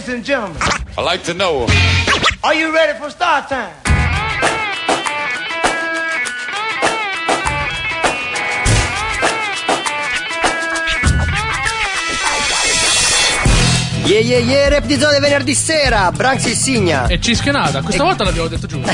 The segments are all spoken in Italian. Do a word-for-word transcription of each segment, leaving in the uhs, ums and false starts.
Ladies and gentlemen, I like to know. Are you ready for start time? Yeah yeah yeah, Rap di Zone venerdì sera, Branks il Signa e Cischenada, questa e... volta l'abbiamo detto giusto.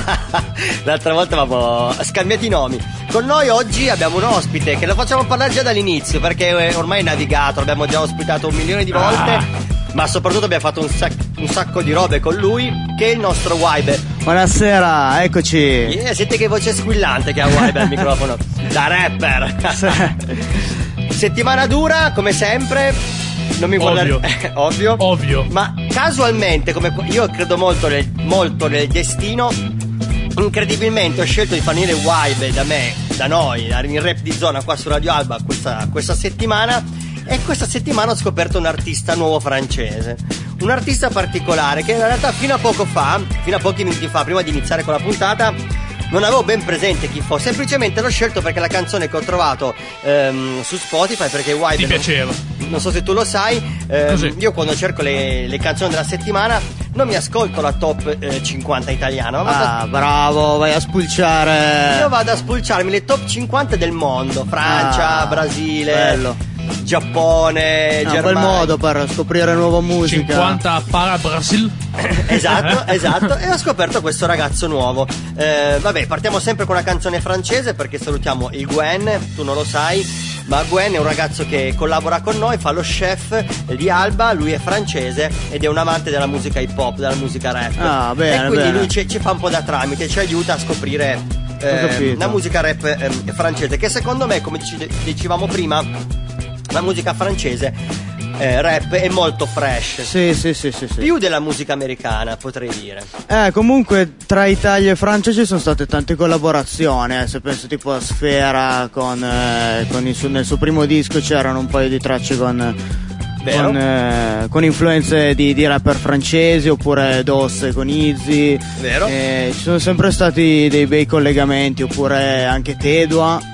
L'altra volta avevamo scambiato i nomi. Con noi oggi abbiamo un ospite che lo facciamo parlare già dall'inizio, perché ormai è navigato, l'abbiamo già ospitato un milione di volte, ah. ma soprattutto abbiamo fatto un, sac- un sacco di robe con lui, che è il nostro Wyber. Buonasera, eccoci. Yeah, sente che voce squillante che ha Wyber al microfono, da rapper. Settimana dura, come sempre. Non mi guardare, ovvio. Eh, ovvio. Ovvio. Ma casualmente, come io credo molto nel, molto nel destino, incredibilmente ho scelto di far venire Wyber da me, da noi, in Rap di Zona qua su Radio Alba questa, questa settimana. E questa settimana ho scoperto un artista nuovo francese. Un artista particolare che in realtà fino a poco fa, fino a pochi minuti fa, prima di iniziare con la puntata, non avevo ben presente chi fosse. Semplicemente l'ho scelto perché la canzone che ho trovato ehm, su Spotify, perché Wyber ti piaceva. Non, non so se tu lo sai, ehm, io quando cerco le, le canzoni della settimana non mi ascolto la top eh, cinquanta italiana, ma vado ah a... bravo, vai a spulciare. Io vado a spulciarmi le top cinquanta del mondo. Francia, ah, Brasile, bello. Giappone, no, Germania. bel modo per scoprire nuova musica. cinquanta para Brasil. Esatto, esatto. E ho scoperto questo ragazzo nuovo. eh, Vabbè, partiamo sempre con una canzone francese, perché salutiamo il Gwen. Tu non lo sai, ma Gwen è un ragazzo che collabora con noi, fa lo chef di Alba. Lui è francese ed è un amante della musica hip hop, della musica rap. Ah, bene, e quindi bene. lui ci, ci fa un po' da tramite, ci aiuta a scoprire eh, la musica rap eh, francese, che secondo me, come dici, dicevamo prima, la musica francese eh, rap è molto fresh. Sì, sì, sì, sì, sì. Più della musica americana, potrei dire. Eh, comunque tra Italia e Francia ci sono state tante collaborazioni, eh. Se penso tipo a Sfera con, eh, con il suo, nel suo primo disco c'erano un paio di tracce con, con, eh, con influenze di, di rapper francesi, oppure Dosse con Izzy. Vero. Eh, ci sono sempre stati dei bei collegamenti, oppure anche Tedua.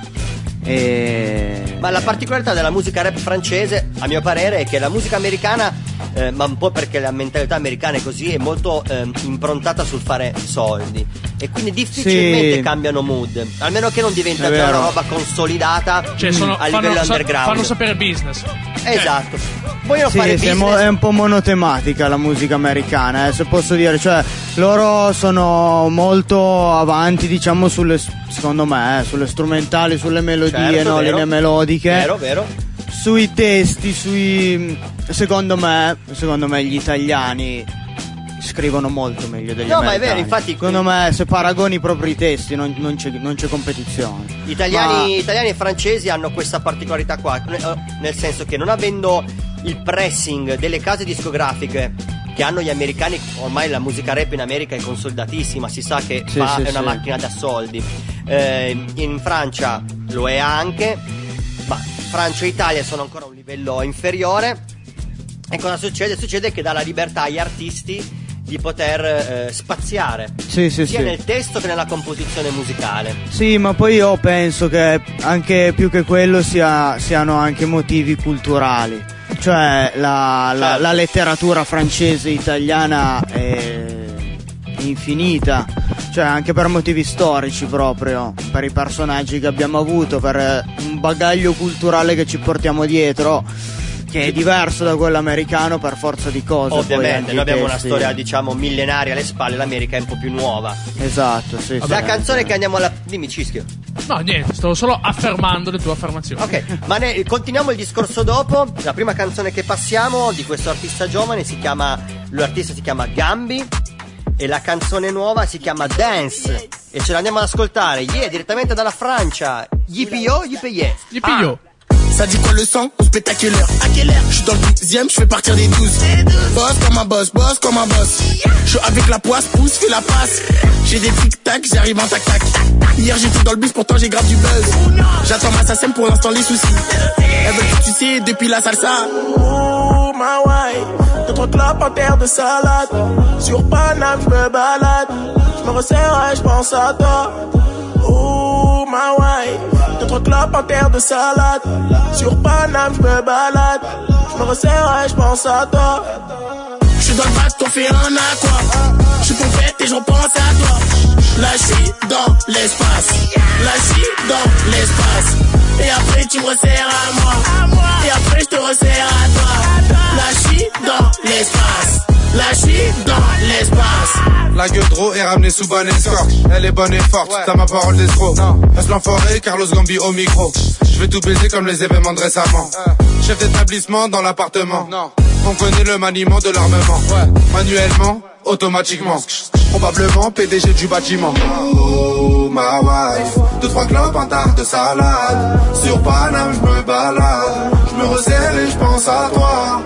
E... Ma la particolarità della musica rap francese, a mio parere, è che la musica americana, eh, ma un po' perché la mentalità americana è così, è molto eh, improntata sul fare soldi, e quindi difficilmente sì. cambiano mood, almeno che non diventa già una roba consolidata, cioè, sono, a livello fanno, underground. Fanno sapere business. Esatto. Vogliono sì, fare sì, business. è un po' monotematica la musica americana, eh, se posso dire, cioè loro sono molto avanti, diciamo, sulle, secondo me, eh, sulle strumentali, sulle melodie, certo, no, vero. linee melodiche. Vero, vero. Sui testi, sui secondo me, secondo me gli italiani scrivono molto meglio degli no, americani. ma è vero, infatti. Secondo me, se paragoni proprio i testi, non, non, c'è, non c'è competizione. Gli italiani, ma... italiani e francesi hanno questa particolarità qua, nel senso che, non avendo il pressing delle case discografiche che hanno gli americani, ormai la musica rap in America è consolidatissima, si sa che sì, fa, sì, è una sì. macchina da soldi. Eh, in Francia lo è anche, ma Francia e Italia sono ancora a un livello inferiore. E cosa succede? Succede che dà la libertà agli artisti di poter eh, spaziare, sì, sì, sia sì. nel testo che nella composizione musicale. Sì, ma poi io penso che anche più che quello sia, siano anche motivi culturali. Cioè la, la, certo. la letteratura francese e italiana è infinita, cioè anche per motivi storici, proprio per i personaggi che abbiamo avuto, per un bagaglio culturale che ci portiamo dietro, che è diverso da quello americano per forza di cose. Ovviamente, noi abbiamo testi. una storia, diciamo, millenaria alle spalle, l'America è un po' più nuova. Esatto, sì. La sì, canzone sì. che andiamo alla... Dimmi, Cischio. No, niente, stavo solo affermando le tue affermazioni. Ok, ma ne... continuiamo il discorso dopo. La prima canzone che passiamo di questo artista giovane si chiama... L'artista si chiama Gambi e la canzone nuova si chiama Dance. E ce l'andiamo ad ascoltare, yeah, direttamente dalla Francia. Yippee-yo, yippee-yeah. Yippee-yo. Ça dit quoi le sang? On se pète à quelle heure? À quelle heure? Je suis dans le douzième, je fais partir des douze. Boss comme un boss, boss comme un boss. Je suis avec la poisse, pousse, fais la passe. J'ai des tic-tac, j'arrive en tac-tac. Hier j'étais dans le bus, pourtant j'ai grave du buzz. J'attends ma sassem pour l'instant les soucis. Elle veut que tu sais depuis la salsa. Oh my wife, deux trois clopes en terre de salade. Sur Paname je me balade. Je me resserre et je pense à toi. Oh my wife, deux trois clopes en terre de salade. Sur Paname je me balade. Je me resserre et je pense à toi. J'suis dans le bac, t'en fais un à quoi? J'suis pompette et j'en pense à toi. Là j'suis dans l'espace. Là j'suis dans l'espace. Et après tu me resserres à moi. Et après j'te resserre à toi. Là j'suis dans l'espace. Là j'suis dans l'espace. La gueule d'eau est ramenée sous bonne escorte. Elle est bonne et forte, t'as ma parole d'escroc. Reste l'enfoiré, Carlos Gambi au micro. Je vais tout baiser comme les événements de récemment. Chef d'établissement dans l'appartement. On connaît le maniement de l'armement. Manuellement, automatiquement. Probablement P D G du bâtiment. Oh ma wife, deux trois clopes, un tas de salade. Sur Paname je me balade. Je me resserre et je pense à toi.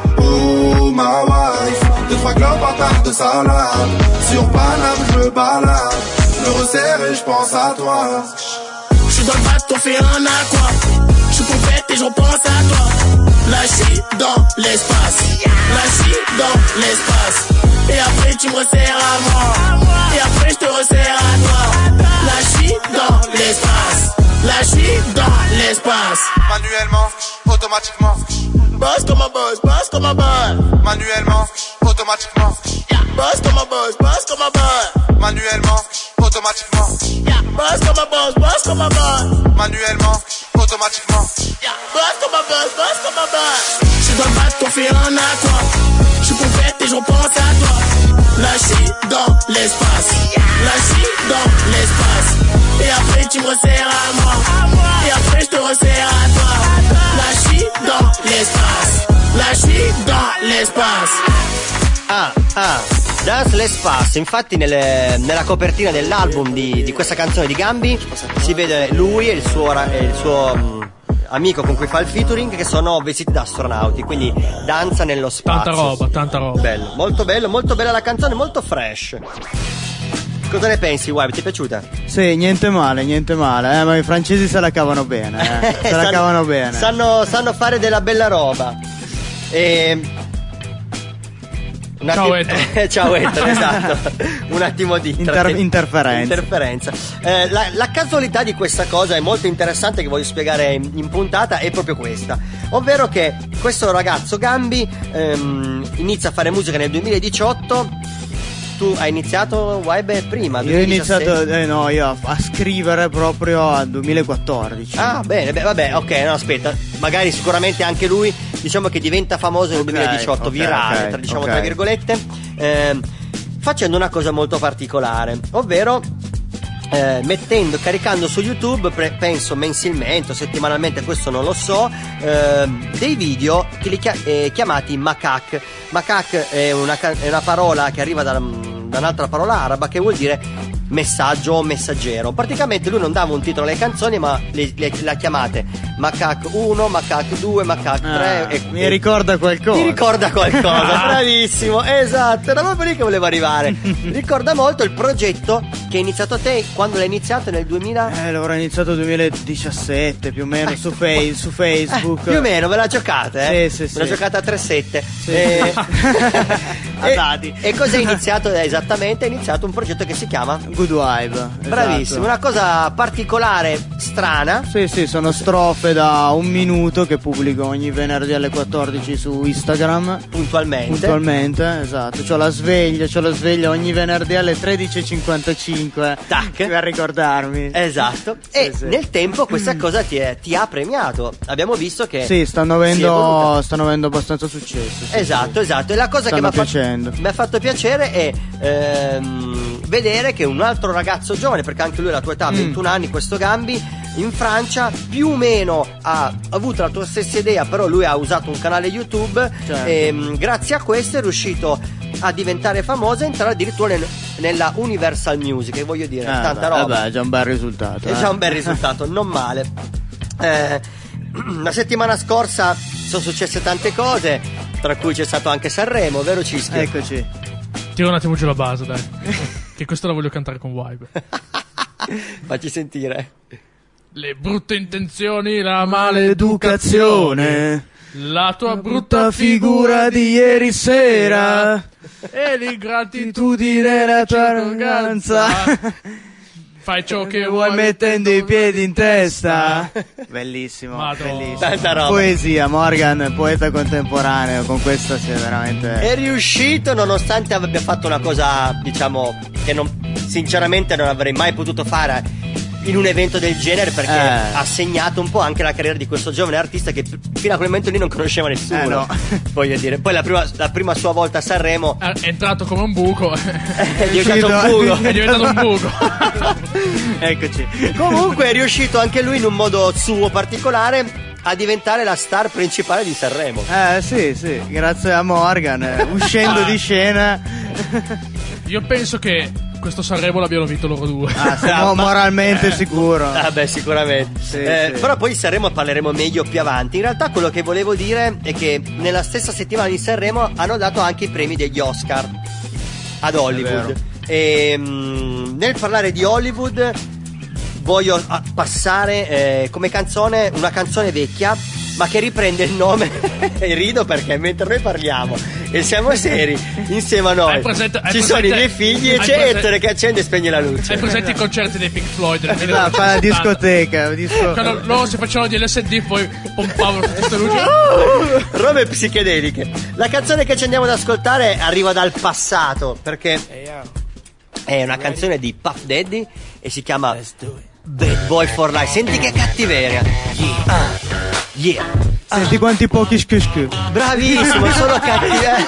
Oh ma wife, deux trois clopes, un tas de salade. Sur Paname je me balade. Je me resserre et je pense à toi. J'suis dans le bac, t'en fais un à quoi? J'suis pompette et j'en pense à toi. Là j'suis dans l'espace. Là j'suis dans l'espace. Et après tu me resserres à moi. Et après je te resserre à toi. Là j'suis dans l'espace. Là j'suis dans l'espace. Manuellement, automatiquement. Boss comme un boss, boss comme un boss. Manuellement, automatiquement. Boss comme un boss, boss comme un boss. Manuellement, automatiquement. Boss comme un boss, boss comme un boss. Manuellement, automatiquement. Boss comme un boss, boss comme un boss. J'suis dans le bac, t'en fais un à quoi? J'suis pompette et j'en pense à toi. Là j'suis dans l'espace. Là j'suis dans l'espace. Et après tu me resserres à moi. Et après je te resserre à toi. Là j'suis dans l'espace. Là j'suis dans l'espace. Ah, ah, Dance l'Espace. Infatti nelle, nella copertina dell'album di, di questa canzone di Gambi si vede lui e il suo, e il suo um, amico con cui fa il featuring, che sono vestiti da astronauti, quindi danza nello spazio. Tanta roba, tanta roba. Bello, molto bello, molto bella la canzone, molto fresh. Cosa ne pensi, Web? Ti è piaciuta? Sì, niente male, niente male, eh, ma i francesi se la cavano bene, eh. Se la sanno, cavano bene. Sanno, sanno fare della bella roba. E... Un Ciao attimo... Ettore. Ciao Ettore, esatto. Un attimo di Inter- interferenza. interferenza. Eh, la, la casualità di questa cosa è molto interessante, che voglio spiegare in, in puntata, è proprio questa. Ovvero che questo ragazzo Gambi ehm, inizia a fare musica nel duemiladiciotto. Tu hai iniziato Vibe prima? Io ho iniziato, eh, no, io a, a scrivere proprio al duemilaquattordici. Ah, bene, beh, vabbè, ok, no, aspetta. Magari sicuramente anche lui, diciamo che diventa famoso nel Okay, duemiladiciotto, okay, virale, okay, tra, diciamo okay. tra virgolette, eh, facendo una cosa molto particolare, ovvero eh, mettendo, caricando su YouTube, pre- penso mensilmente o settimanalmente, questo non lo so, eh, dei video che li chia- eh, chiamati macaque. Macaque è una, ca- è una parola che arriva da, da un'altra parola araba che vuol dire messaggio o messaggero. Praticamente lui non dava un titolo alle canzoni, ma le, le, le chiamate Macaque uno, Macaque due, Macaque tre. Ah, e, mi e, ricorda qualcosa. Mi ricorda qualcosa, bravissimo, esatto, era proprio lì che volevo arrivare. Ricorda molto il progetto che hai iniziato te, quando l'hai iniziato nel duemila? Eh, l'avrò iniziato nel duemiladiciassette più o meno, su, fe- su Facebook. Eh, più o meno, ve la giocate, eh? Sì, sì, Me l'ho sì. giocata a tre sette. Sì. E, Andati. e, e cos'è iniziato? Eh, esattamente, è iniziato un progetto che si chiama Good Vibe. Bravissimo, esatto. una cosa particolare, strana. Sì, sì, sono strofe da un minuto che pubblico ogni venerdì alle quattordici su Instagram. Puntualmente. Puntualmente, esatto. C'ho la sveglia, c'ho la sveglia ogni venerdì alle tredici e cinquantacinque. Tac. Per ricordarmi. Esatto. Sì, E sì. nel tempo questa cosa ti, è- ti ha premiato. Abbiamo visto che Sì, stanno si è avendo, evoluta. stanno avendo abbastanza successo. Sì, Esatto, sì. esatto. E la cosa Stanno che mi ha fatto, piacendo. mi ha fatto piacere è ehm, vedere che un altro ragazzo giovane, perché anche lui ha la tua età, Mm. ventuno anni, questo Gambi, in Francia più o meno ha avuto la tua stessa idea, però lui ha usato un canale YouTube, Certo. e mh, grazie a questo è riuscito a diventare famoso e entrare addirittura nel- nella Universal Music, che voglio dire, Eh, tanta beh, roba. Vabbè, è già un bel risultato. È eh. già un bel risultato, non male. Eh, la settimana scorsa sono successe tante cose, tra cui c'è stato anche Sanremo, vero Cischio? Eccoci. Tira un attimo giù la base, dai. Che questo la voglio cantare con Vibe. Facci sentire. Le brutte intenzioni, la maleducazione, la tua brutta figura di ieri sera e l'ingratitudine, la tua arroganza. Fai ciò che vuoi vuoi mettendo i piedi in testa. Bellissimo, Madonna. bellissimo. Tanta roba. Poesia, Morgan, poeta contemporaneo, con questa si è veramente... È riuscito nonostante abbia fatto una cosa, diciamo, che non, sinceramente non avrei mai potuto fare in un evento del genere, perché Eh. ha segnato un po' anche la carriera di questo giovane artista che fino a quel momento lì non conosceva nessuno. Eh, no. Voglio dire, poi la prima, la prima sua volta a Sanremo È entrato come un buco. è diventato un buco. È diventato un buco. Eccoci. Comunque è riuscito anche lui in un modo suo particolare a diventare la star principale di Sanremo. Eh sì, sì, grazie a Morgan, eh, uscendo di scena. Io penso che questo Sanremo l'abbiano vinto loro due. Ah, siamo Ah, ma- moralmente sicuro. Ah beh, sicuramente. Sì, Eh, sì. Però poi di Sanremo parleremo meglio più avanti. In realtà quello che volevo dire è che nella stessa settimana di Sanremo hanno dato anche i premi degli Oscar ad Hollywood. E mm, nel parlare di Hollywood voglio ah, passare eh, come canzone una canzone vecchia, ma che riprende il nome e rido perché mentre noi parliamo e siamo seri insieme a noi Hai presente- hai ci sono i presente- miei figli e hai c'è presente- Ettore che accende e spegne la luce. Hai presente i concerti dei Pink Floyd? Nel No, fa la millenovecentosessanta? discoteca, disco... Quando loro si facevano di L S D, poi pompavano tutte queste luci. Robe psichedeliche. La canzone che ci andiamo ad ascoltare arriva dal passato perché è una canzone di Puff Daddy e si chiama Bad Boy for Life. Senti che cattiveria. Ah, yeah. Senti quanti pochi scush. Bravissimo, solo cattiveria.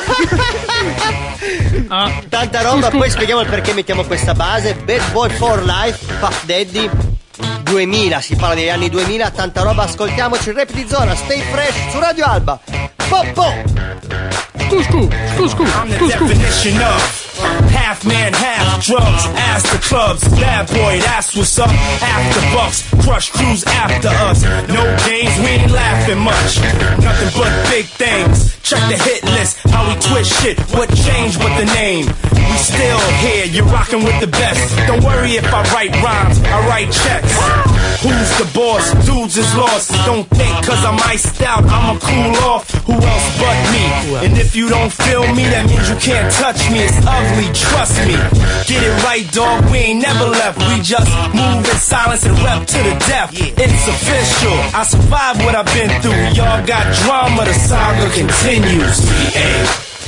Ah, Tanta roba, poi spieghiamo il perché mettiamo questa base. Bad Boy for Life, Puff Daddy duemila, si parla degli anni duemila, tanta roba, ascoltiamoci il rap di zona, Stay Fresh su Radio Alba. Po po. Cuscu, cuscu, I'm the cuscu. definition of half man, half drugs. Ask the clubs, bad boy, that's what's up. After bucks, crush crews after us. No games, we ain't laughing much. Nothing but big things. Check the hit list, how we twist shit. What changed with the name? We still here, you're rocking with the best. Don't worry if I write rhymes, I write checks. Who's the boss? Dudes is lost. Don't think cause I'm iced out, I'ma cool off. Who else but me? And if you don't feel me, that means you can't touch me. It's ugly, trust me. Get it right, dog, we ain't never left. We just move in silence and rep to the death. It's official, I survived what I've been through. Y'all got drama, the saga continues. We ain't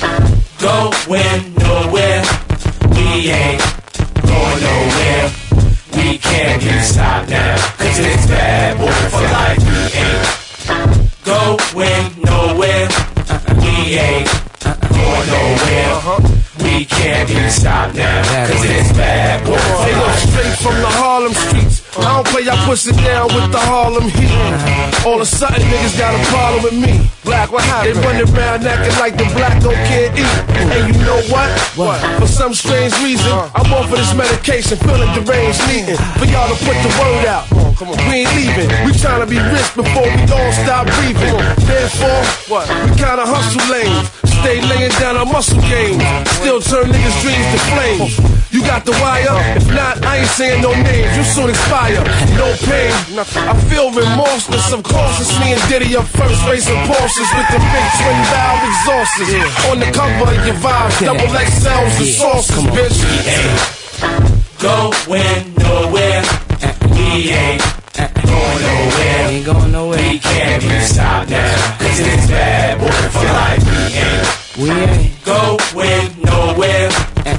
going nowhere. We ain't going nowhere. We can't be stopped now, cause it's bad boy for life. We ain't going nowhere. We ain't going nowhere. We can't be stopped now, cause it's bad boy for They go life. straight from the Harlem streets. I don't play, I push it down with the Harlem heat. All of a sudden, niggas got a problem with me. Black, what happened? They running around acting like the black don't care eat. And you know what? What? For some strange reason, I'm on for this medication, feeling deranged, needing for y'all to put the word out. Come on, we ain't leaving. We trying to be rich before we all stop breathing. Therefore, what? We kinda hustle lanes. Stay laying down our muscle games. Still turn niggas' dreams to flames. You got the wire? If not, I ain't saying no names. You soon expire. No pain. I feel remorseless. Of course, it's me and Diddy up first, racing Porsches with the big twin valve exhausts. On the cover of your vibes, double X L's the sauces, bitch. We ain't going nowhere. We ain't going nowhere. Ain't going nowhere. We can't be stopped now, cause it's bad boy for life. We ain't We ain't going nowhere.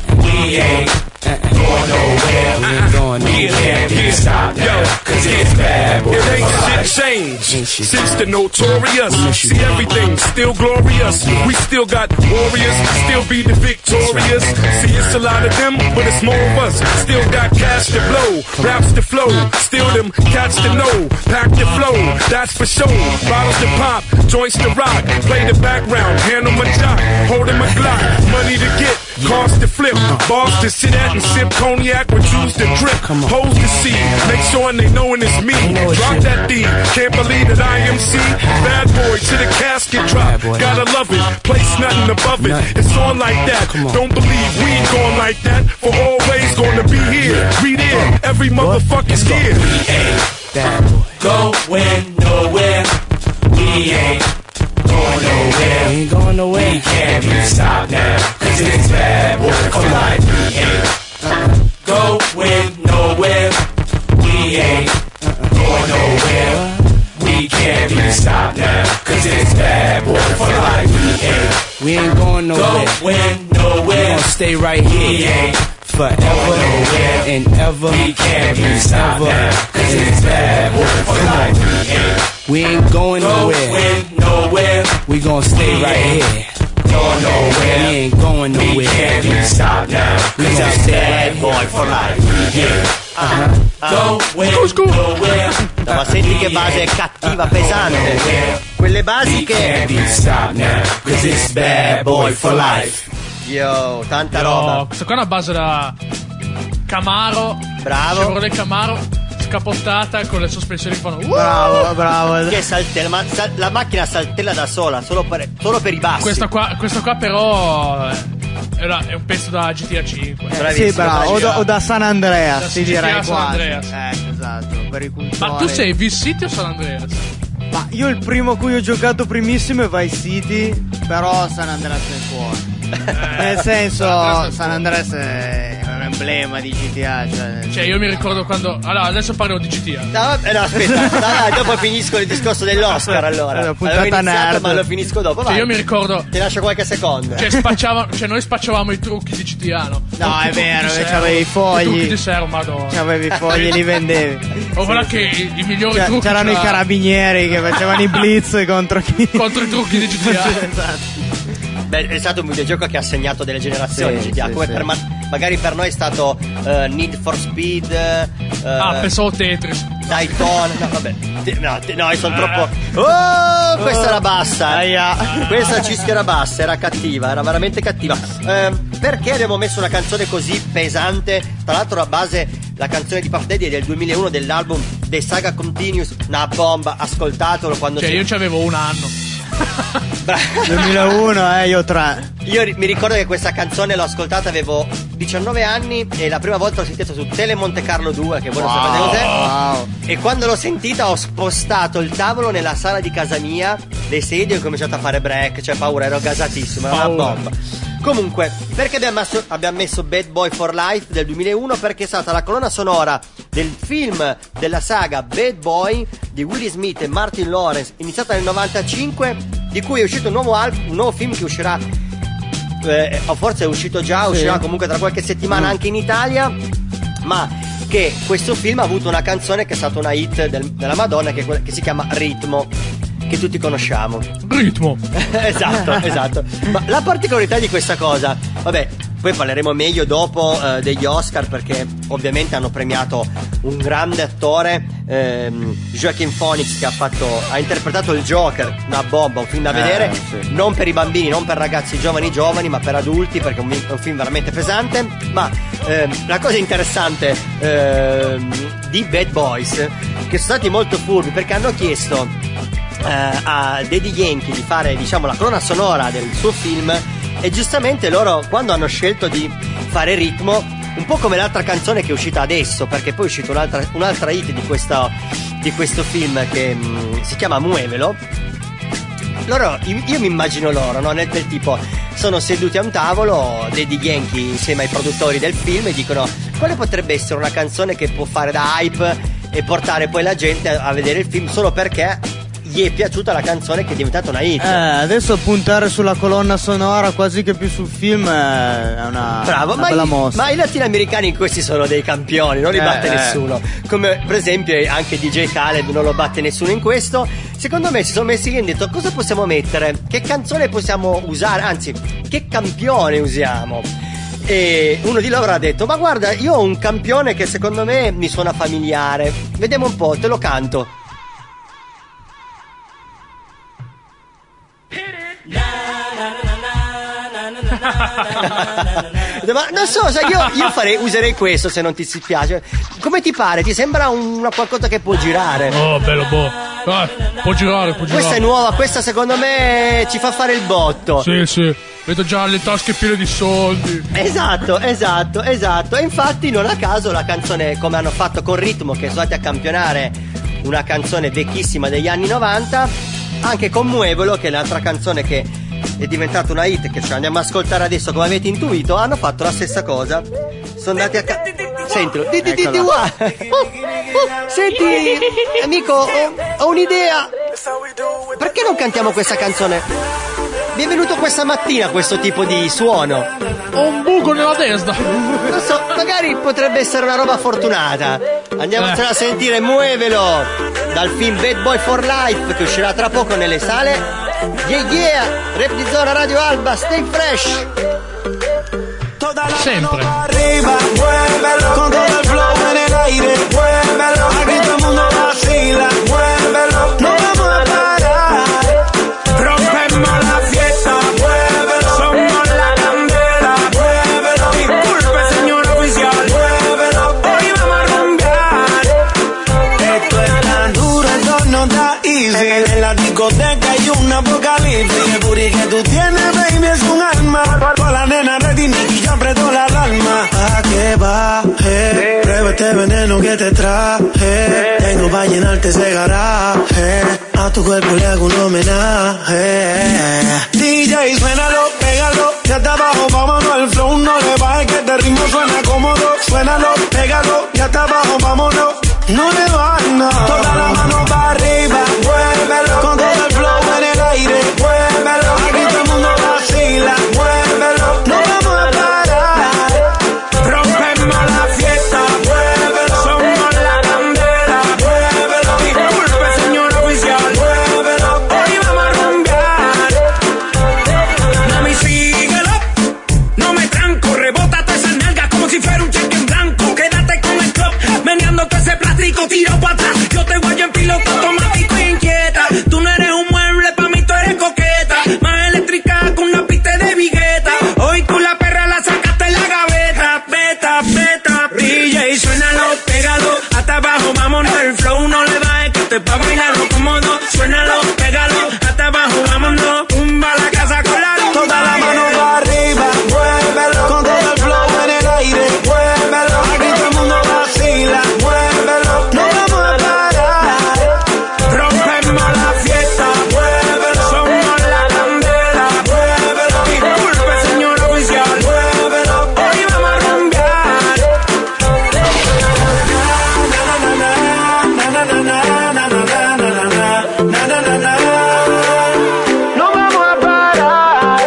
We ain't going nowhere. We ain't going We nowhere. can't be stopped now, cause it's bad boy It for ain't life. shit changed Ain't shit since the notorious. Unless you See want. everything still glorious. We still got warriors, still be the victorious. See it's a lot of them, but it's more of us. Still got cash to blow, raps to flow. Still them cats to know, pack the flow. That's for sure. Bottles to pop, joints to rock. Play the background, handle my job, holding my Glock. Money to get, cars to flip, bars to sit at and sip cognac with juice to drip. Hoes to see, make sure they knowin' it's me. know it's Drop you. that D, can't believe that I am C. Bad boy to the casket drop, Bad boy. gotta love it. Place nothing above it. Nothing. It's on like that. Come on. Don't believe we ain't going like that. For always gonna be here. We there every motherfucking year. We ain't bad boy. going nowhere. We ain't going We nowhere. ain't going We nowhere. can't be stopped now, cause it's bad boy for life. We ain't going nowhere. stop now, cause it's bad boy for life. We ain't, we ain't going nowhere. Going nowhere. We gonna stay right here. We ain't forever and ever. We can't be stopped now, cause it's bad boy for life. We ain't, we ain't going nowhere. Going nowhere. We gonna stay right here. Going nowhere. We ain't going nowhere. We can't be stopped now, We cause gonna it's stay bad right boy here. for life. We ain't uh-huh. Going nowhere. No, ma senti che base cattiva, pesante. Quelle basi che. Can't be stopped now, cause it's bad boy for life. Io, tanta No, roba. questa qua è una base da Camaro. Bravo. Chevrolet Camaro scapottata con le sospensioni che fanno. Uh! Bravo, bravo. Che saltella, ma sal- la macchina saltella da sola, solo per, solo per i bassi. Questa qua, questa qua però è, una- è un pezzo da G T A cinque. Bravissimo, Sì, bravo. O da, o da San Andreas, Da ti G T A direi San quasi. Andreas. Eh, esatto, per i cultori. Ma tu sei Vice City o San Andreas? Ma io il primo a cui ho giocato primissimo è Vice City, però San Andreas è fuori. Nel senso, San Andreas è un emblema di G T A. Cioè, Cioè io mi ricordo quando. Allora adesso parlo di G T A. No, vabbè, no, aspetta, dai, dopo finisco il discorso dell'Oscar allora. È una puntata Avevo iniziato, nerd. ma lo finisco dopo. Cioè Vai. io mi ricordo. Ti lascio qualche secondo. Cioè, spacciava, cioè noi spacciavamo i trucchi di G T A, no? No, è I trucchi vero, di che Serra, c'avevi i fogli. I trucchi di Serra, madonna. C'avevi i fogli e li vendevi. Oh, guarda che i, i migliori Cioè, trucchi c'erano c'era- i carabinieri che facevano i blitz contro chi. contro i trucchi di G T A. Esatto. Beh, è stato un videogioco che ha segnato delle generazioni. Sì, G T A, sì, come sì. per ma- magari per noi è stato eh, Need for Speed, eh, Ah, pensavo Tetris. Daytona. No, vabbè. Te- No, te- no, io sono troppo. Oh, questa era bassa. Aia. Questa cischia era bassa, era cattiva, era veramente cattiva. Ehm, perché abbiamo messo una canzone così pesante? Tra l'altro la base, la canzone di Puff Daddy è del duemilauno dell'album The Saga Continues, una bomba, ascoltatelo quando Cioè c'è- io c'avevo un anno. Bra- duemilauno, eh, io tre. Io ri- mi ricordo che questa canzone l'ho ascoltata, avevo diciannove anni e la prima volta l'ho sentita su Tele Monte Carlo due, che voi non sapete cos'è. Wow. E quando l'ho sentita ho spostato il tavolo nella sala di casa mia, le sedie, ho cominciato a fare break, cioè paura, ero gasatissimo, era una Paura. bomba. Comunque, perché abbiamo messo, abbiamo messo Bad Boy for Life del duemilauno? Perché è stata la colonna sonora del film della saga Bad Boy di Will Smith e Martin Lawrence, iniziata nel novantacinque, di cui è uscito un nuovo, al- un nuovo film che uscirà, eh, o forse è uscito già, uscirà comunque tra qualche settimana anche in Italia, ma che questo film ha avuto una canzone che è stata una hit del- della Madonna, che, è quella- che si chiama Ritmo, che tutti conosciamo. Ritmo. Esatto, esatto. Ma la particolarità di questa cosa, vabbè, poi parleremo meglio dopo eh, degli Oscar, perché ovviamente hanno premiato un grande attore, ehm, Joaquin Phoenix, che ha fatto, ha interpretato il Joker, una bomba, un film da Eh, vedere, sì. non per i bambini, non per ragazzi giovani giovani, ma per adulti, perché è un, è un film veramente pesante. Ma ehm, la cosa interessante ehm, di Bad Boys, che sono stati molto furbi, perché hanno chiesto eh, a Daddy Yankee di fare, diciamo, la colonna sonora del suo film, e giustamente loro, quando hanno scelto di fare Ritmo, un po' come l'altra canzone che è uscita adesso, perché poi è uscita un'altra, un'altra hit di questo, di questo film che mh, si chiama Muovelo. Loro, io io mi immagino loro, no? Nel, del tipo, sono seduti a un tavolo, Daddy Yankee insieme ai produttori del film, e dicono: quale potrebbe essere una canzone che può fare da hype e portare poi la gente a, a vedere il film solo perché gli è piaciuta la canzone che è diventata una hit. Eh, adesso puntare sulla colonna sonora quasi che più sul film è una, Bravo, una ma bella i, mossa. ma i latinoamericani in questi sono dei campioni, non li Eh, batte eh. nessuno. Come per esempio anche D J Khaled non lo batte nessuno in questo. Secondo me si sono messi lì e hanno detto: cosa possiamo mettere? Che canzone possiamo usare? Anzi, che campione usiamo? E uno di loro ha detto: ma guarda, io ho un campione che secondo me mi suona familiare. Vediamo un po', te lo canto. Ma non so, sai, io, io farei, userei questo se non ti si piace. Come ti pare? Ti sembra una qualcosa che può girare? Oh, bello, boh. Ah, può girare, può girare. Questa è nuova, questa secondo me ci fa fare il botto. Sì, sì. Vedo già le tasche piene di soldi. Esatto, esatto, esatto. E infatti non a caso la canzone, come hanno fatto con Ritmo, che sono andati a campionare una canzone vecchissima degli anni novanta, anche con Muovelo, che è l'altra canzone che è diventata una hit, che ci andiamo ad ascoltare adesso, come avete intuito, hanno fatto la stessa cosa. Sono andati a ca- sentilo, di, di, di, di, Eccola. qua. Oh, oh, senti, amico, ho, ho un'idea. Perché non cantiamo questa canzone? Mi è venuto questa mattina questo tipo di suono. Ho un buco nella testa. Non so, magari potrebbe essere una roba fortunata. Andiamocela eh. a sentire, Muovelo, dal film Bad Boy for Life, che uscirà tra poco nelle sale. Yeah yeah, Rap di Zona Radio Alba, stay fresh. Sempre. Arriba, muévelo, con todo el flow en el aire, muévelo, aquí todo el mundo vacila, muévelo, no vamos a parar, rompemos la fiesta, muévelo, somos la candela, muévelo, disculpe señor oficial, muévelo, hoy vamos a rumbear, esto es tan duro, esto no está easy, en la discoteca hay un apocalipsis, el booty que tú tienes, baby, es un arma, con la nena ready, Nicky, yo aprieto la alarma, a que baje, prueba este veneno que te traje, tengo pa' llenarte ese garaje, a tu cuerpo le hago un homenaje, D J, suénalo, pégalo, ya está abajo, vámonos, el flow no le baje, que este ritmo suena cómodo, suénalo, pégalo, ya está abajo, vámonos, no le bajes, no, toda la mano para arriba, muévelo, con todo el flow en el aire, muévelo, aquí todo el mundo vacila, muévelo, no vamos a parar, rompemos la fiesta, muévelo, somos la candela, muévelo, disculpe señor oficial, muévelo, hoy vamos a rumbear, mami síguelo, no me tranco, rebótate esas nalgas como si fuera un cheque en blanco, quédate con el club, meneándote ese plástico, tiro para atrás, yo te voy en piloto automático e inquieta, tú no eres un mueble, pa' mí tú eres coqueta, más eléctrica que una pista de vigueta, hoy tú la perra la sacaste en la gaveta, beta, beta, D J, suénalo, pégalo, hasta abajo, vámonos, el flow no le baje, que te pa' bailarlo cómodo, suénalo, pégalo, hasta abajo, vámonos, tumba la casa con la luz, toda la mano para arriba, muévelo, con todo el flow en el aire, muévelo, aquí todo el mundo vacila, muévelo, no vamos a parar, rompemos la fiesta, muévelo, somos la candela, muévelo, disculpe señor oficial, muévelo, hoy vamos a rumbear, no vamos a parar,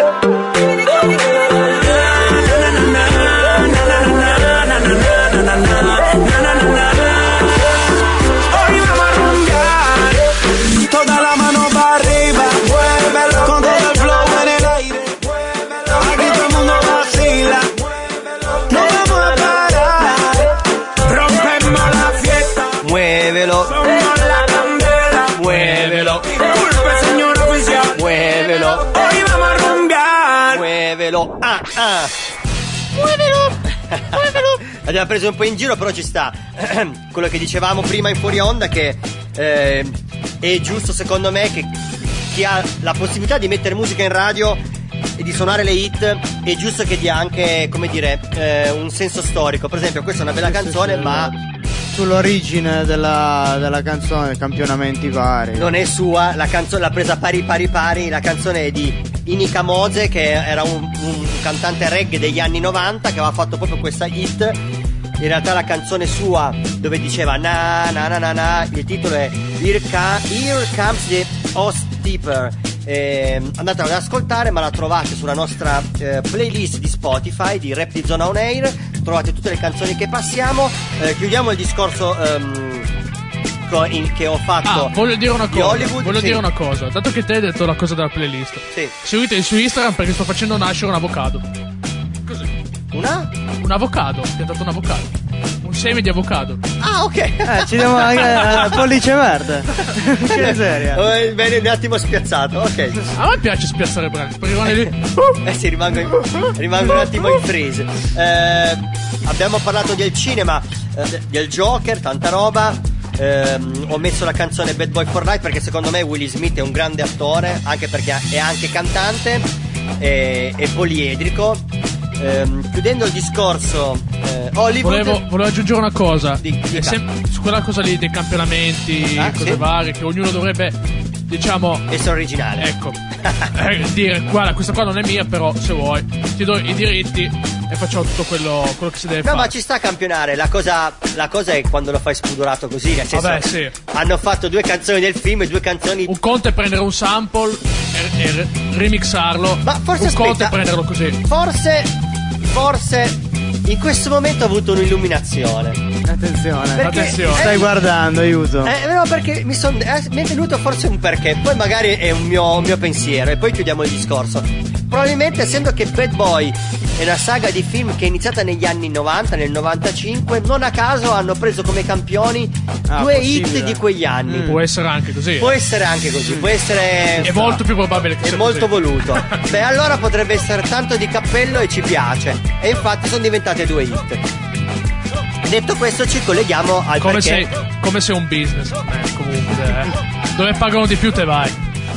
hoy vamos a rumbear, toda la mano para arriba, muévelo, con todo el flow en el aire, muévelo, aquí todo el mundo vacila, muévelo, no vamos a parar, rompemos la fiesta, Muovelo, somos la candela, muovelo, disculpe señor oficial, muovelo, hoy vamos a rumbear, muovelo. Ah, ah. Abbiamo preso un po' in giro, però ci sta quello che dicevamo prima in fuori onda, che eh, è giusto secondo me che chi ha la possibilità di mettere musica in radio e di suonare le hit è giusto che dia anche, come dire, eh, un senso storico. Per esempio questa è una bella canzone, ma sull'origine della, della canzone, campionamenti vari. Non è sua, la canzone l'ha presa pari pari pari, la canzone è di Inika Mose, che era un, un cantante reggae degli anni novanta, che aveva fatto proprio questa hit. In realtà la canzone sua, dove diceva na na na na na, il titolo è Here, ca- Here Comes the Host Tipper. Eh, andatela ad ascoltare, ma la trovate sulla nostra eh, playlist di Spotify di Rap di Zona On Air. Trovate tutte le canzoni che passiamo. Eh, chiudiamo il discorso um, co- in, che ho fatto. Ah, voglio dire una di cosa. Hollywood. Voglio Sì. dire una cosa. Dato che te hai detto la cosa della playlist, Sì. seguitemi su Instagram perché sto facendo nascere un avocado. Così. Una? Un avocado. Ho piantato un avocado. Un seme di avocado. Ah, ok. Eh, ci diamo la eh, pollice verde. Che seria. Oh, bene, un attimo spiazzato, ok. A me piace spiazzare brani, perché rimane lì. Eh sì, rimango, in, rimango un attimo in freeze. Eh, abbiamo parlato del cinema, eh, del Joker, tanta roba. Eh, ho messo la canzone Bad Boy for Life perché secondo me Will Smith è un grande attore, anche perché è anche cantante, è, è poliedrico. Eh, chiudendo il discorso eh, Hollywood, Volevo, volevo aggiungere una cosa. Di- di- È sem- su quella cosa lì dei campionamenti, Ah, cose sì? varie, che ognuno dovrebbe, diciamo, essere originale. ecco, eh, dire guarda, questa qua non è mia, però se vuoi ti do i diritti, e facciamo tutto quello, quello che si deve no, fare. ma ci sta a campionare. La cosa, la cosa è quando lo fai spudorato così. Nel senso, vabbè, sì. Hanno fatto due canzoni del film e due canzoni. Un conto è prendere un sample e, e remixarlo. Ma forse un aspetta, conto è prenderlo così. Forse, forse in questo momento ho avuto un'illuminazione. Attenzione, Perché, attenzione. Stai eh, guardando, aiuto. Eh, no, perché mi, son, eh, mi è venuto forse un perché. Poi magari è un mio, un mio pensiero. E poi chiudiamo il discorso. Probabilmente, essendo che Bad Boy è una saga di film che è iniziata negli anni novanta, nel novantacinque, non a caso hanno preso come campioni ah, due possibile. hit di quegli anni. Mm. Può essere anche così. Può essere anche così, può essere. È molto più probabile che è sia molto così. voluto. Beh, allora potrebbe essere tanto di cappello e ci piace. E infatti sono diventate due hit. Detto questo, ci colleghiamo al come perché. sei, come sei un business, eh, comunque. Eh. Dove pagano di più te vai.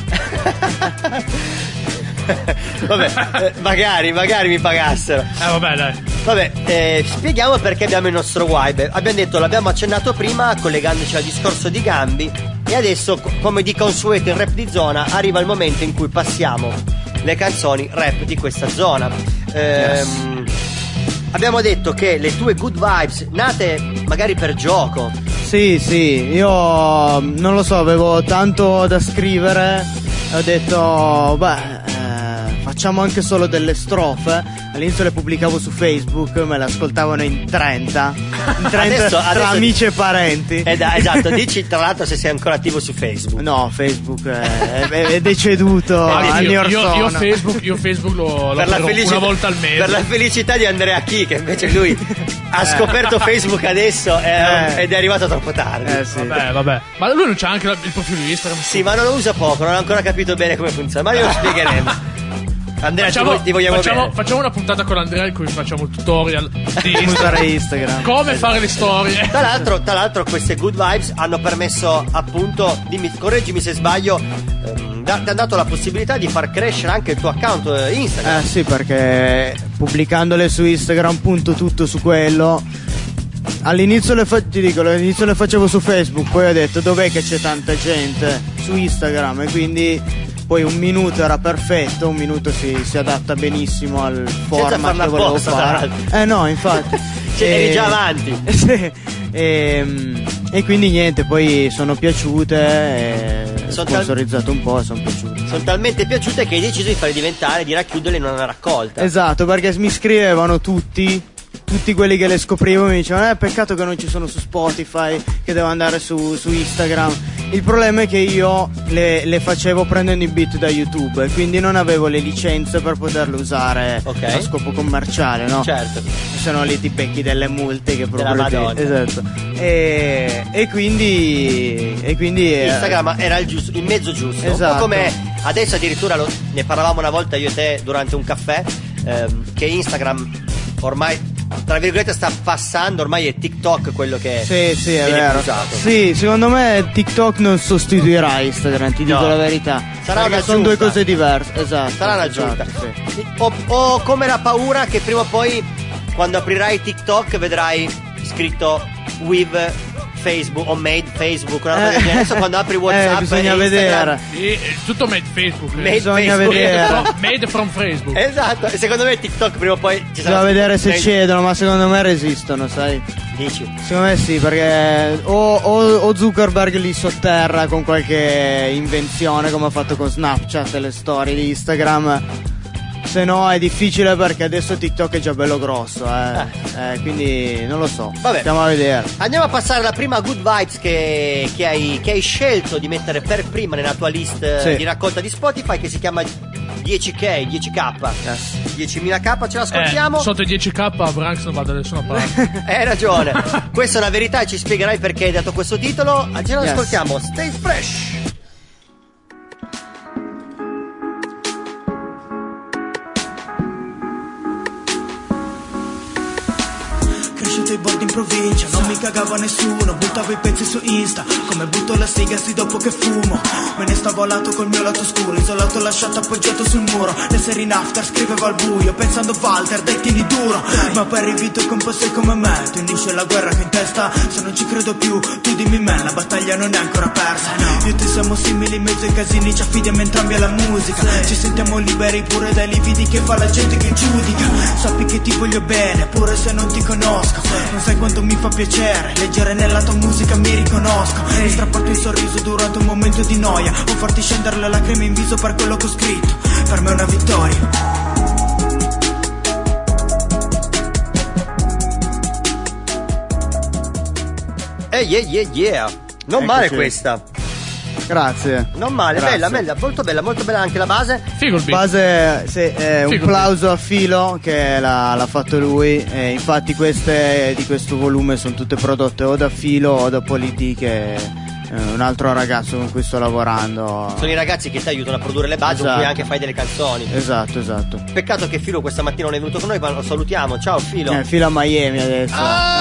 Vabbè, eh, magari, magari mi pagassero. Eh vabbè, dai. Vabbè, eh, spieghiamo perché abbiamo il nostro Vibe. Abbiamo detto, l'abbiamo accennato prima collegandoci al discorso di Gambi. E adesso, come di consueto in rap di zona, arriva il momento in cui passiamo le canzoni rap di questa zona. Ehm, yes. Abbiamo detto che le tue good vibes nate magari per gioco. Sì, sì, io non lo so, avevo tanto da scrivere e ho detto, beh, eh, facciamo anche solo delle strofe. All'inizio le pubblicavo su Facebook, me le ascoltavano in trenta, in trenta adesso, tra adesso amici e parenti. Eh, da, esatto, dici tra l'altro se sei ancora attivo su Facebook. No, Facebook è, è, è deceduto eh, anni io, or io, sono. io Facebook, io Facebook lo, lo per la apro felicità, una volta al mese. Per la felicità di Andrea Chi, che invece lui ha scoperto Facebook adesso e, Eh. ed è arrivato troppo tardi. Eh sì. Vabbè, vabbè. Ma lui non c'ha anche la- il profilo di Instagram? Sì, ma non lo usa poco, non ha ancora capito bene come funziona, ma glielo spiegheremo. Andrea, Facciamo, ti, vo- ti vogliamo facciamo, bene. facciamo una puntata con Andrea in cui facciamo un tutorial di Come usare Instagram. come fare le storie. Tra l'altro, tra l'altro queste good vibes hanno permesso appunto, dimmi, correggimi se sbaglio, ehm, da- ti hanno dato la possibilità di far crescere anche il tuo account eh, Instagram. Eh sì, perché pubblicandole su Instagram punto tutto su quello. All'inizio le, fa- ti dico, all'inizio le facevo su Facebook, poi ho detto dov'è che c'è tanta gente su Instagram e quindi poi un minuto era perfetto, un minuto si, si adatta benissimo al format farla che volevo apposta, tra fare. l'altro. Eh no, infatti. Cioè, eri E- già avanti. Sì. E, e quindi niente, poi sono piaciute, e Sono sponsorizzato un po' e sono piaciute. Sono talmente piaciute che hai deciso di farle diventare, di racchiuderle in una raccolta. Esatto, perché mi scrivevano tutti, tutti quelli che le scoprivo mi dicevano eh peccato che non ci sono su Spotify, che devo andare su, su Instagram. Il problema è che io le, le facevo prendendo i beat da YouTube e quindi non avevo le licenze per poterle usare Ok. a scopo commerciale, no? Certo. Se no lì ti becchi delle multe che Della proprio ti- Madonna. esatto. E, e quindi e quindi eh, Instagram era il, giusto, il mezzo giusto. Un Esatto. po' come adesso addirittura lo- ne parlavamo una volta io e te durante un caffè, ehm, che Instagram ormai tra virgolette sta passando, ormai è TikTok quello che Sì, sì, è viene vero. usato. Sì, secondo me TikTok non sostituirà Instagram, ti dico No. la verità. Sarà Perché una sono due aggiunta. cose diverse, esatto. Sarà una esatto, aggiunta. sì. O, o come la paura che prima o poi quando aprirai TikTok vedrai scritto with Facebook o made Facebook, una roba del genere. Adesso quando apri WhatsApp eh, bisogna e vedere. Sì, è tutto made Facebook. Made Bisogna Facebook. vedere. From- made from Facebook. Esatto, e secondo me TikTok prima o poi ci sarà. Bisogna vedere se Made- cedono, ma secondo me resistono, sai? Dici? Secondo me sì, perché o, o- o Zuckerberg li sotterra con qualche invenzione come ha fatto con Snapchat e le storie di Instagram. Se no è difficile perché adesso TikTok è già bello grosso, eh. Eh, quindi non lo so. Vabbè. Stiamo a vedere. Andiamo a passare alla prima good vibes che, che, hai, che hai scelto di mettere per prima nella tua list eh, Sì. di raccolta di Spotify, che si chiama dieci K, dieci K. Yes. diecimila K, ce l'ascoltiamo? Eh, sotto i dieci K a Branks non vado da nessuna parte. Hai ragione. Questa è la verità e ci spiegherai perché hai dato questo titolo. Ce Yes. l'ascoltiamo. Stay fresh. cresciuto ai bordi in provincia, non mi cagava nessuno, buttavo i pezzi su Insta, come butto la siga sì dopo che fumo. Me ne stavo a lato col mio lato scuro, isolato lasciato appoggiato sul muro. Le serie in after scrivevo al buio, pensando Walter dai tieni duro. Ma poi rivito con sei come me, tu unisce la guerra che in testa, se non ci credo più, tu dimmi me, la battaglia non è ancora persa. Io e te siamo simili in mezzo ai casini, ci affidiamo entrambi alla musica. Ci sentiamo liberi pure dai lividi che fa la gente che giudica. Sappi che ti voglio bene, pure se non ti conosco. Non sai quanto mi fa piacere, leggere nella tua musica mi riconosco. Mi strapparti un sorriso durante un momento di noia, o farti scendere le lacrime in viso per quello che ho scritto. Per me è una vittoria. Eh yeah yeah yeah. Non Eccoci. male questa. Grazie. Non male, Grazie. bella, bella, molto bella, molto bella anche la base. Figo il beat. Base, sì, eh, un Figo. plauso a Filo che l'ha, l'ha fatto lui. E infatti queste di questo volume sono tutte prodotte o da Filo o da Politi, che è un altro ragazzo con cui sto lavorando. Sono i ragazzi che ti aiutano a produrre le basi, Esatto. con cui anche fai delle canzoni. Esatto, esatto. Peccato che Filo questa mattina non è venuto con noi, ma lo salutiamo. Ciao Filo. Eh, Filo a Miami adesso.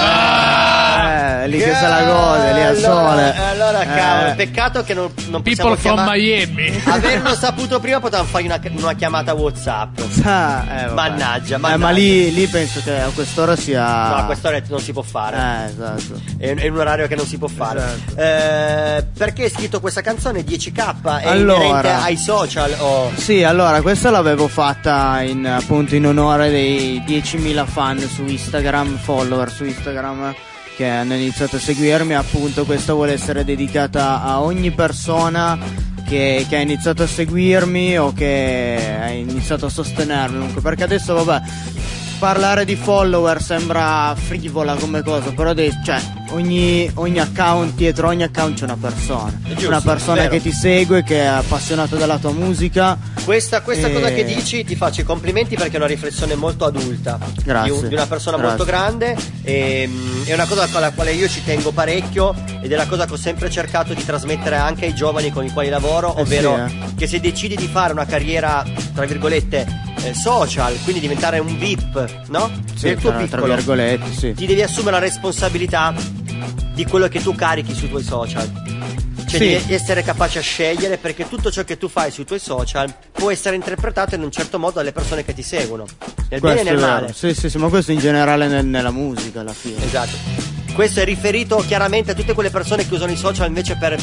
Ah! Eh, lì che se la gode, lì al sole. Allora, allora Eh. cavolo, peccato che non, non possiamo People from chiamare. Miami. Averlo saputo prima potevamo fargli una, una chiamata WhatsApp. Ah, eh, vabbè. Mannaggia, Eh, mannaggia. ma lì, lì penso che a quest'ora sia. No, a quest'ora non si può fare. Eh, esatto. È, è un orario che non si può fare. Esatto. Eh, perché hai scritto questa canzone dieci K? È Allora. inerente ai social? O... Sì, allora questa l'avevo fatta in, appunto in onore dei diecimila fan su Instagram, follower su Instagram, che hanno iniziato a seguirmi. Appunto questa vuole essere dedicata a ogni persona che, che ha iniziato a seguirmi o che ha iniziato a sostenermi comunque, perché adesso vabbè, parlare di follower sembra frivola come cosa, però de- cioè ogni, ogni account, dietro ogni account c'è una persona, giusto, una persona vero. che ti segue, che è appassionata della tua musica. Questa, questa E- cosa che dici ti faccio i complimenti, perché è una riflessione molto adulta. Grazie. Di, un- di una persona Grazie. molto grande. E, mm, è una cosa alla quale io ci tengo parecchio, ed è la cosa che ho sempre cercato di trasmettere anche ai giovani con i quali lavoro, Eh ovvero sì, eh. che se decidi di fare una carriera tra virgolette eh, social, quindi diventare un V I P, no? Sì, Nel tuo tra, tra piccolo, virgolette, sì. ti devi assumere la responsabilità di quello che tu carichi sui tuoi social. Cioè Sì. devi essere capace a scegliere, perché tutto ciò che tu fai sui tuoi social può essere interpretato in un certo modo dalle persone che ti seguono, nel bene e Questo nel è vero. male. Sì, sì, sì, ma questo in generale nel- nella musica alla fine. Esatto. Questo è riferito chiaramente a tutte quelle persone che usano i social invece per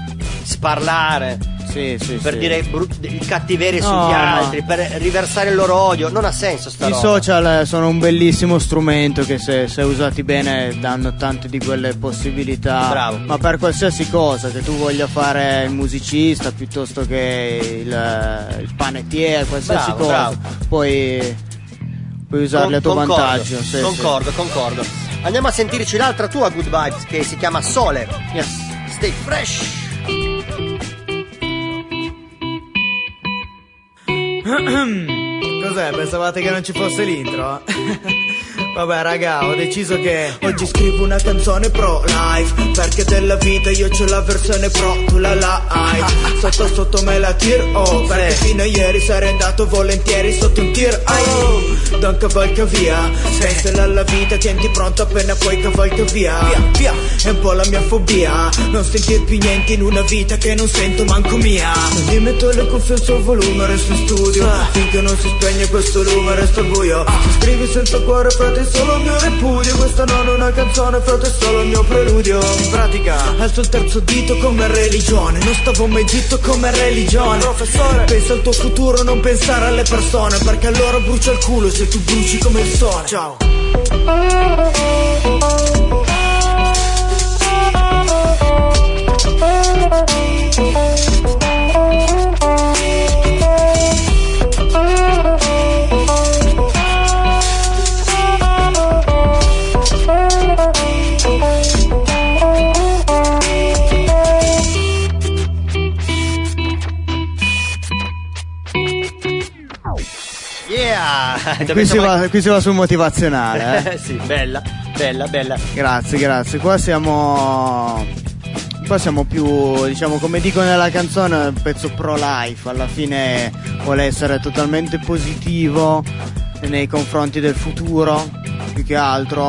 sparlare, Sì, sì, per sì. dire brut- il cattiveria No, sugli ma- altri, per riversare il loro odio. Non ha senso sta I roba. social sono un bellissimo strumento che se, se usati bene danno tante di quelle possibilità. Bravo. Ma per qualsiasi cosa, che tu voglia fare il musicista piuttosto che il, il panettiere, qualsiasi Bravo, cosa, bravo. puoi, puoi usarli a tuo Concordo, vantaggio. Sì, concordo, concordo. Andiamo a sentirci l'altra tua Good Vibes, che si chiama Sole. sì. Yes. Stay fresh. Cos'è? Pensavate che non ci fosse l'intro? Vabbè raga, ho deciso che Oggi scrivo una canzone pro life, perché della vita io c'ho la versione pro, tu la live. Sotto sotto me la tir, oh, perché fino a ieri sarei andato volentieri sotto un tir, oh. Don cavalca via, pensala alla vita, tienti pronto appena poi cavalca via. Via, via, è un po' la mia fobia, non sentir più niente in una vita che non sento manco mia. Mi metto le cuffie al suo volume, resto in studio, finché non si spegne questo lume resto al buio. Se scrivi senza cuore frate è solo il mio ripudio, questa non è una canzone frate è solo il mio preludio. In pratica alzo il terzo dito come religione, non stavo mai zitto come religione. Professore, pensa al tuo futuro, non pensare alle persone, perché allora brucia il culo se tu bruci come il sole. Ciao. Yeah! Qui si, va, qui si va sul motivazionale, eh. Sì, bella, bella, bella. Grazie, grazie. Qua siamo. Qua siamo più, diciamo, come dico nella canzone, un pezzo pro life. Alla fine vuole essere totalmente positivo nei confronti del futuro, più che altro.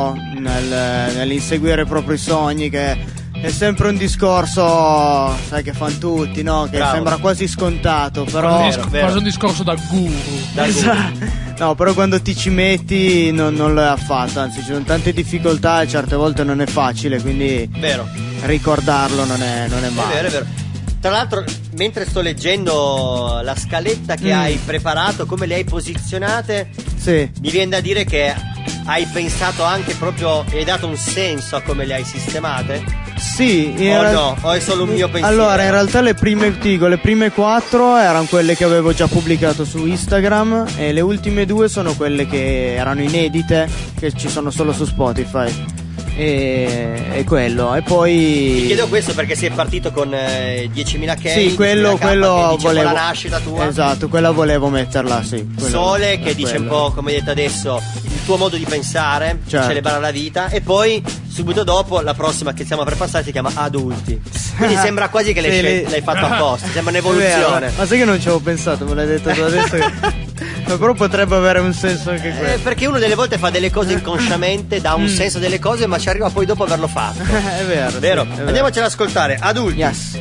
nel, nell'inseguire i propri sogni, che è sempre un discorso, sai, che fanno tutti, no? Che Bravo. sembra quasi scontato, però Quasi, dis- quasi un discorso da guru. Da guru. Esatto. No, però quando ti ci metti non, non lo è affatto, anzi ci sono tante difficoltà e certe volte non è facile, quindi Vero. ricordarlo non è, non è È male. vero, è vero. Tra l'altro, mentre sto leggendo la scaletta che Mm. hai preparato, come le hai posizionate, Sì. mi viene da dire che hai pensato anche proprio e hai dato un senso a come le hai sistemate? Sì, in O real- no? O è solo un mio pensiero? Allora, in realtà le prime, ti dico, le prime quattro erano quelle che avevo già pubblicato su Instagram e le ultime due sono quelle che erano inedite, che ci sono solo su Spotify. E, e quello, e poi Ti chiedo questo perché sei partito con eh, diecimila K. sì, quello, diecimila K, quello che dice volevo. la nascita tua. Esatto, quella volevo metterla, sì. quello- Sole che dice un quello. po', come hai detto adesso, il tuo modo di pensare, Certo. celebrare la vita. E poi subito dopo la prossima che stiamo per passare si chiama Adulti. Quindi sembra quasi che l'hai, Sì, scel- lì- l'hai fatto apposta. Sembra È vero, un'evoluzione. ma sai che non ci avevo pensato, me l'hai detto tu adesso che- ma però potrebbe avere un senso anche Eh, quello. perché uno delle volte fa delle cose inconsciamente, dà un Mm. senso delle cose, ma ci arriva poi dopo averlo fatto. È vero, sì, Vero? è vero. Andiamocela ad ascoltare. Adulti. Yes.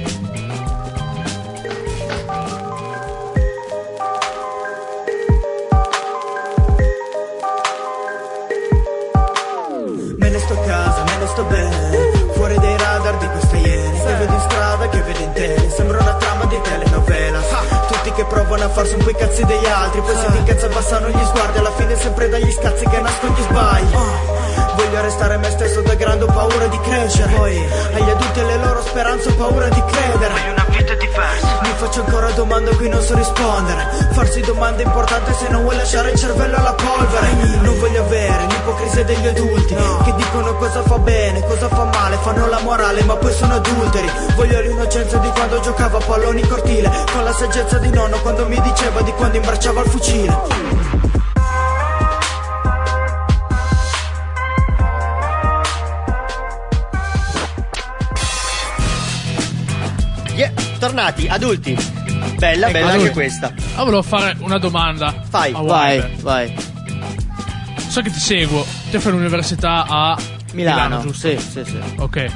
Me ne sto a casa, me ne sto bene, fuori dai radar di queste iene. Che vedo in strada, che vedo in tele, sembra una trama di telenovela. Tutti che provano a farsi un po' i cazzi degli altri, poi se ti incazza abbassano gli sguardi, alla fine sempre dagli scazzi che nascono gli sbagli. Voglio restare me stesso da grande, ho paura di crescere. Agli adulti e le loro speranze ho paura di credere. Voglio una vita diversa. Mi faccio ancora domande a cui non so rispondere. Farsi domande importanti se non vuoi lasciare il cervello alla polvere. Non voglio avere l'ipocrisia degli adulti che dicono cosa fa bene, cosa fa male, fanno la morale ma poi sono adulteri. Voglio l'innocenza di quando giocavo a palloni in cortile, con la saggezza di nonno quando mi diceva di quando imbracciava il fucile. Yeah, tornati, adulti. Bella, Ecco, bella adulti. anche questa. Ah, volevo fare una domanda. Fai, a Vai, Wilder. vai. So che ti seguo. Te fai l'università a Milano, Milano, giusto? sì, sì, sì. Ok.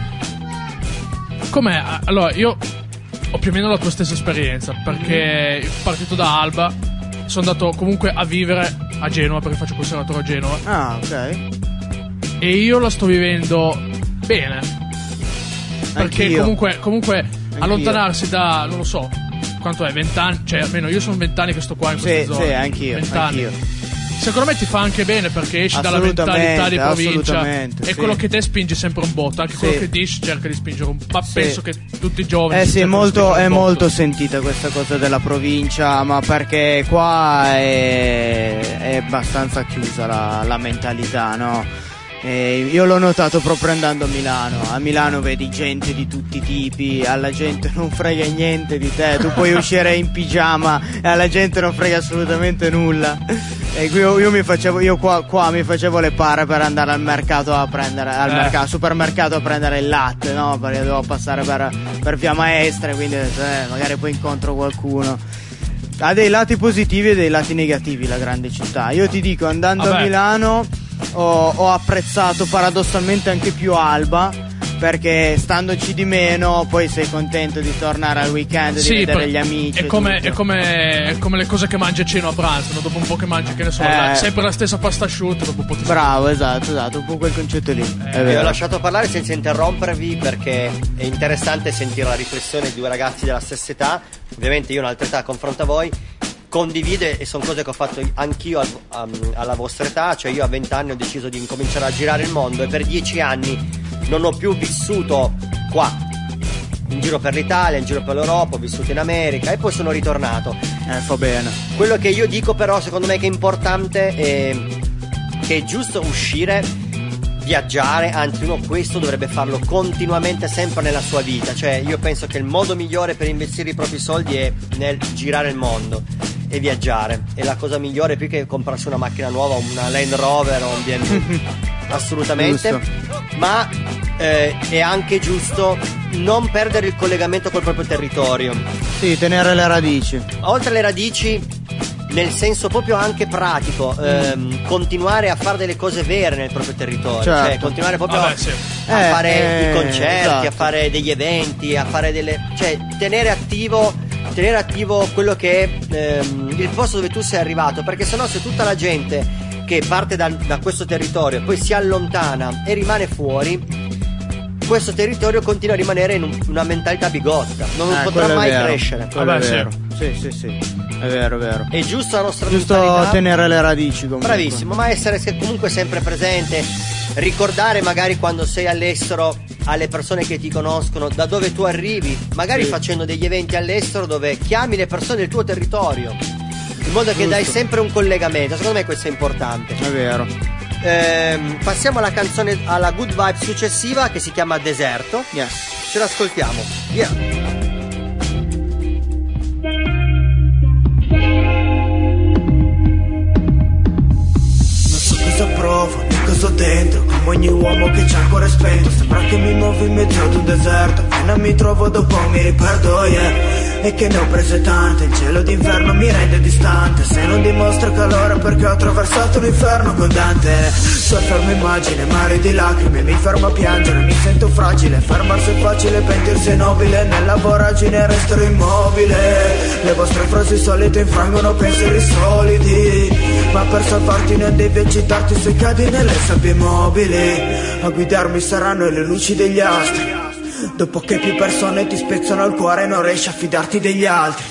Com'è? Allora, io ho più o meno la tua stessa esperienza, perché partito da Alba, sono andato comunque a vivere a Genova, perché faccio conservatorio a Genova, Ah, ok. e io la sto vivendo bene. Perché Anch'io. comunque, comunque Anch'io. allontanarsi da, non lo so, quanto è, vent'anni, cioè almeno io sono vent'anni che sto qua in queste Sì, zone. sì, anch'io, vent'anni. anch'io. Secondo me ti fa anche bene perché esci dalla Assolutamente, mentalità di provincia assolutamente, e sì. quello che te spinge sempre un botto, anche Sì. quello che dici cerca di spingere un po', ma Sì. penso che tutti i giovani Eh si sì, è cercano di molto, spingere è un botto. molto sentita questa cosa della provincia, ma perché qua è, è abbastanza chiusa la, la mentalità, no? E io l'ho notato proprio andando a Milano. A Milano vedi gente di tutti i tipi, alla gente non frega niente di te, tu puoi uscire in pigiama e alla gente non frega assolutamente nulla. E io, io mi facevo, io qua, qua mi facevo le pare per andare al mercato a prendere, al Eh. mercato, al supermercato a prendere il latte, no? Perché dovevo passare per, per via Maestra, quindi ho detto, eh, magari poi incontro qualcuno. Ha dei lati positivi e dei lati negativi la grande città. Io ti dico, andando Vabbè. a Milano ho, ho apprezzato paradossalmente anche più Alba, perché standoci di meno poi sei contento di tornare al weekend, di Sì, vedere per- gli amici. È e come, tutto. è, come, è come le cose che mangi a cena o a pranzo, no? Dopo un po' che mangi, che ne so, Eh. la- sempre la stessa pasta asciutta, dopo un po' ti Bravo, esatto, esatto, un po' quel concetto lì. Eh, è Vi ho vero. lasciato parlare senza interrompervi perché è interessante sentire la riflessione di due ragazzi della stessa età. Ovviamente io ho un'altra età confronto a voi. Condivide e sono cose che ho fatto anch'io al- am- alla vostra età. Cioè io a venti anni ho deciso di incominciare a girare il mondo e per dieci anni non ho più vissuto qua, in giro per l'Italia, in giro per l'Europa, ho vissuto in America e poi sono ritornato. Eh, fa bene. Quello che io dico però secondo me che è importante è che è giusto uscire, viaggiare, anzi uno questo dovrebbe farlo continuamente sempre nella sua vita. Cioè io penso che il modo migliore per investire i propri soldi è nel girare il mondo e viaggiare. È la cosa migliore più che comprarsi una macchina nuova, una Land Rover o un B M W. Assolutamente. Giusto. Ma eh, è anche giusto non perdere il collegamento col proprio territorio. Sì, tenere le radici. Oltre alle radici nel senso proprio anche pratico, ehm, continuare a fare delle cose vere nel proprio territorio, Certo. cioè continuare proprio Vabbè, sì. a Eh, fare eh, i concerti, esatto. a fare degli eventi, a fare delle, cioè tenere attivo, tenere attivo quello che è ehm, il posto dove tu sei arrivato, perché sennò se tutta la gente che parte da, da questo territorio poi si allontana e rimane fuori, questo territorio continua a rimanere in un- una mentalità bigotta, non Eh, potrà quello è mai vero. crescere. Quello Vabbè, è sì. vero. Sì, sì, sì. È vero, è vero. È giusto la nostra Giusto mentalità. tenere le radici comunque. Bravissimo, ma essere se- comunque sempre presente, ricordare magari quando sei all'estero alle persone che ti conoscono da dove tu arrivi, magari Sì. facendo degli eventi all'estero dove chiami le persone del tuo territorio, in modo che Giusto. dai sempre un collegamento. Secondo me questo è importante. È vero. Ehm, passiamo alla canzone, alla good vibe successiva, che si chiama Deserto. Yes. Ce l'ascoltiamo. Yeah. Non so cosa provo, né cosa ho dentro, come ogni uomo che c'ha ancora spento. Sembra che mi muovo in mezzo ad un deserto, appena mi trovo dopo mi riperdo, yeah. E che ne ho prese tante, il cielo d'inverno mi rende distante. Se non dimostro calore perché ho attraversato l'inferno con Dante. Soffermo immagine, mare di lacrime, mi fermo a piangere, mi sento fragile. Fermarsi è facile, pentirsi è nobile, nella voragine resterò immobile. Le vostre frasi solite infrangono pensieri solidi, ma per salvarti non devi agitarti se cadi nelle sabbie mobili. A guidarmi saranno le luci degli astri, dopo che più persone ti spezzano il cuore non riesci a fidarti degli altri.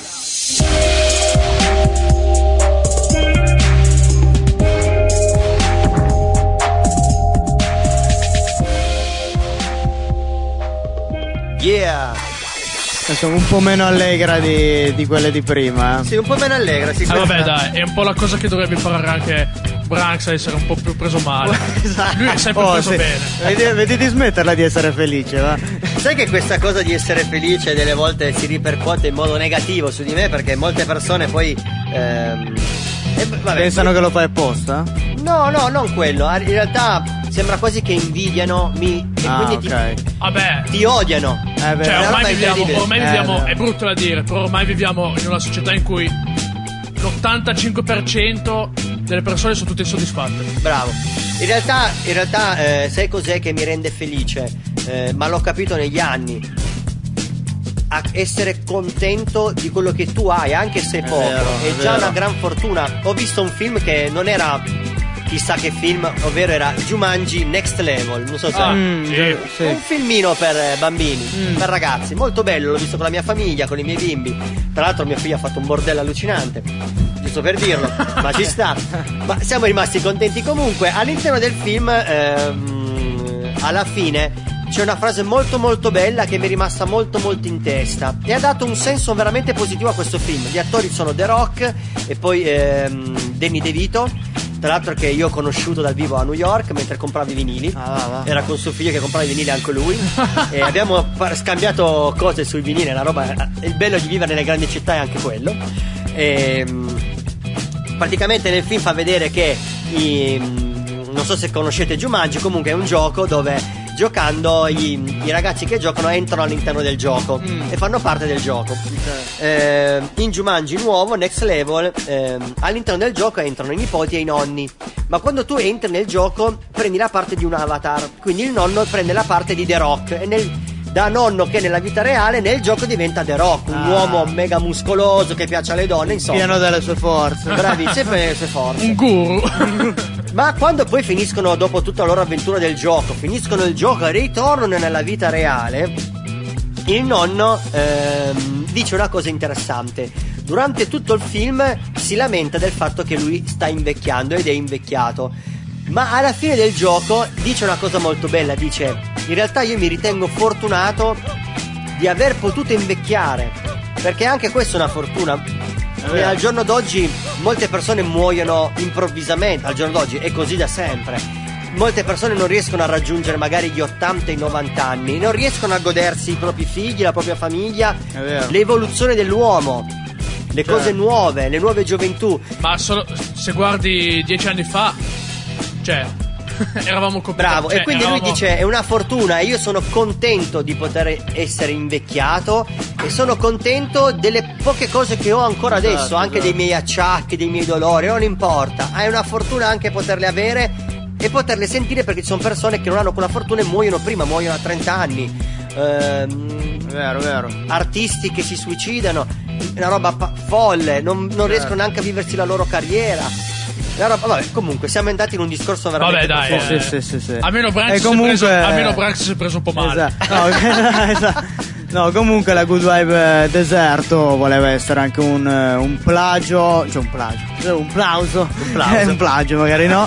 Yeah. Sono un po' meno allegra di, di quelle di prima. Eh. Sì, un po' meno allegra, sì. Ah, vabbè, dai, è un po' la cosa che dovrebbe imparare anche Branks a essere un po' più preso male. Lui è sempre Oh, preso sì. bene. Vedi, vedi di smetterla di essere felice, va? Sai che questa cosa di essere felice delle volte si ripercuote in modo negativo su di me, perché molte persone poi ehm, eh, vabbè, Pensano che lo fai apposta? no, no, non quello. In realtà sembra quasi che invidiano mi e Ah, quindi ok. Vabbè, ti, ti odiano. Eh beh, cioè una roba ormai viviamo, incredibile. ormai Eh, viviamo, beh. è brutto da dire, però ormai viviamo in una società in cui l'ottantacinque per cento delle persone sono tutte insoddisfatte. Bravo. In realtà, in realtà eh, sai cos'è che mi rende felice? Eh, ma l'ho capito negli anni. A essere contento di quello che tu hai, anche se poco, vero, è, è già vero. una gran fortuna. Ho visto un film che non era chissà che film, ovvero era Jumanji Next Level. Non so se Ah, Mm, sì. sì. un filmino per eh, bambini, per ragazzi, molto bello, l'ho visto con la mia famiglia, con i miei bimbi. Tra l'altro mia figlia ha fatto un bordello allucinante, giusto per dirlo, ma ci sta. Ma siamo rimasti contenti comunque. All'interno del film, ehm, alla fine, c'è una frase molto molto bella che mi è rimasta molto molto in testa e ha dato un senso veramente positivo a questo film. Gli attori sono The Rock e poi ehm, Danny DeVito, tra l'altro che io ho conosciuto dal vivo a New York mentre compravo i vinili. Ah, va, va. Era con suo figlio che comprava i vinili anche lui e abbiamo fa- scambiato cose sui vinili, la roba, il bello di vivere nelle grandi città è anche quello. E, praticamente nel film fa vedere che i, non so se conoscete Jumanji, comunque è un gioco dove giocando i, i ragazzi che giocano entrano all'interno del gioco e fanno parte del gioco. Eh, in Jumanji nuovo Next Level, ehm, all'interno del gioco entrano i nipoti e i nonni, ma quando tu entri nel gioco prendi la parte di un avatar, quindi il nonno prende la parte di The Rock e nel, da nonno che nella vita reale nel gioco diventa The Rock, un Ah. uomo mega muscoloso che piace alle donne, insomma Pieno delle sue forze. bravi, sempre le sue forze. Un guru. Ma quando poi finiscono, dopo tutta la loro avventura del gioco, finiscono il gioco e ritornano nella vita reale, il nonno ehm, dice una cosa interessante. Durante tutto il film si lamenta del fatto che lui sta invecchiando ed è invecchiato, ma alla fine del gioco dice una cosa molto bella, dice: in realtà io mi ritengo fortunato di aver potuto invecchiare, perché anche questa è una fortuna. E al giorno d'oggi molte persone muoiono improvvisamente, al giorno d'oggi è così da sempre. Molte persone non riescono a raggiungere magari gli ottanta e i novanta anni, non riescono a godersi i propri figli, la propria famiglia, È vero. l'evoluzione dell'uomo, le Certo. cose nuove, le nuove gioventù. Ma solo se guardi dieci anni fa, cioè, eravamo completamente. Bravo, cioè, e quindi eravamo... lui dice: è una fortuna, e io sono contento di poter essere invecchiato e sono contento delle poche cose che ho ancora adesso, esatto, anche esatto. dei miei acciacchi, dei miei dolori, non importa. È una fortuna anche poterle avere e poterle sentire, perché ci sono persone che non hanno quella fortuna e muoiono prima, muoiono a trenta anni. Ehm, vero, vero. Artisti che si suicidano, una roba pa- folle, non, non riescono neanche a viversi la loro carriera. Una roba, vabbè, comunque siamo andati in un discorso veramente Vabbè, dai, profondo. eh. Sì, sì, sì, sì. Almeno Branks E si è comunque- preso, almeno Branks si è preso un po' male. Esatto. No, esatto. No, comunque la Good Vibe eh, Deserto voleva essere anche un, eh, un plagio, cioè un plagio, cioè un plauso, Un plauso. Eh, un plagio magari no,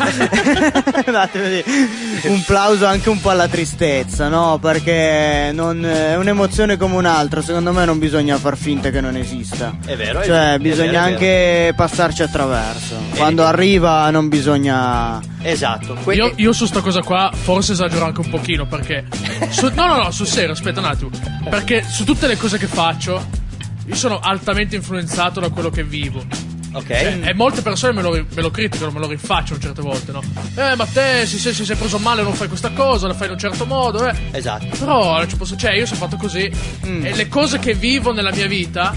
un attimo di- un plauso anche un po' alla tristezza, no? Perché non, è un'emozione come un'altra, secondo me non bisogna far finta che non esista. È vero, è Cioè vero, è bisogna vero, è anche passarci attraverso, quando arriva non bisogna... Esatto. Que- Io, io su sta cosa qua forse esagero anche un pochino, perché su, no no no sul serio, aspetta un attimo, perché su tutte le cose che faccio io sono altamente influenzato da quello che vivo. Ok. Cioè, e molte persone me lo, me lo criticano, me lo rifacciano certe volte, no? Eh, ma te si sei, si sei preso male, non fai questa cosa, la fai in un certo modo, eh. Esatto. Però non ci posso, cioè io sono fatto così e le cose che vivo nella mia vita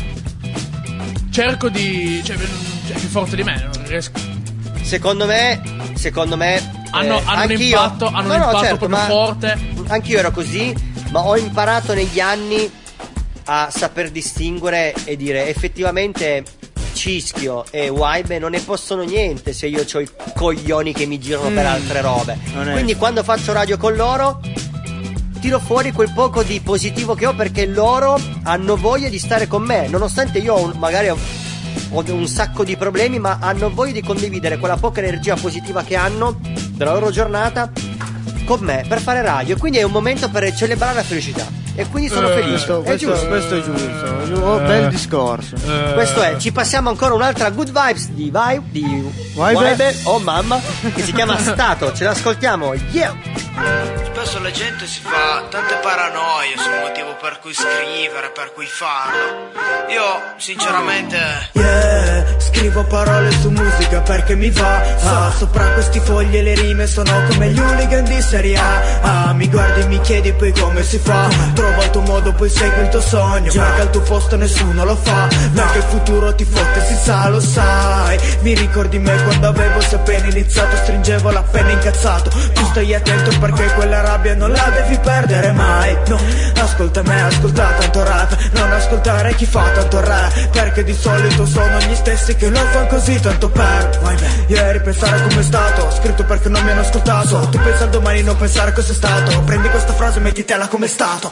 cerco di, cioè, cioè più forte di me, non riesco. Secondo me, secondo me Hanno- eh, hanno un anch'io- impatto- hanno No, un no, impatto certo, proprio ma forte. Anch'io ero così, ma ho imparato negli anni a saper distinguere e dire effettivamente Cischio e Waibe non ne possono niente se io ho i coglioni che mi girano per Mm. altre robe. Non è- Quindi quando faccio radio con loro tiro fuori quel poco di positivo che ho, perché loro hanno voglia di stare con me, nonostante io un- magari ho, ho un sacco di problemi, ma hanno voglia di condividere quella poca energia positiva che hanno della loro giornata con me per fare radio. Quindi è un momento per celebrare la felicità e quindi sono Eh, felice. Questo, È questo, giusto. questo è giusto, Giu- oh, bel discorso. Eh, Questo è, ci passiamo ancora un'altra good vibes di Vibe, di Vibe. Vibe, oh mamma, che si chiama Stato, ce l'ascoltiamo, yeah! Spesso la gente si fa tante paranoie sul motivo per cui scrivere, per cui farlo. Io, sinceramente, yeah, scrivo parole su musica perché mi va. Ah, sopra questi fogli e le rime sono come gli hooligan di Serie A. Ah, mi guardi e mi chiedi poi come si fa. Trova il tuo modo, poi segui il tuo sogno, perché al tuo posto nessuno lo fa. Perché il futuro ti fotte, si sa, lo sai. Mi ricordi me quando avevo se appena iniziato, stringevo la penna incazzato. Tu stai attento perché quella rabbia non la devi perdere mai. No, ascolta me, ascolta tanto rap, non ascoltare chi fa tanto rap, perché di solito sono gli stessi che lo fanno così tanto per vai beh. Ieri pensare come è stato, scritto perché non mi hanno ascoltato. Tu pensa al domani, non pensare cos'è stato. Prendi questa frase e mettitela come è stato.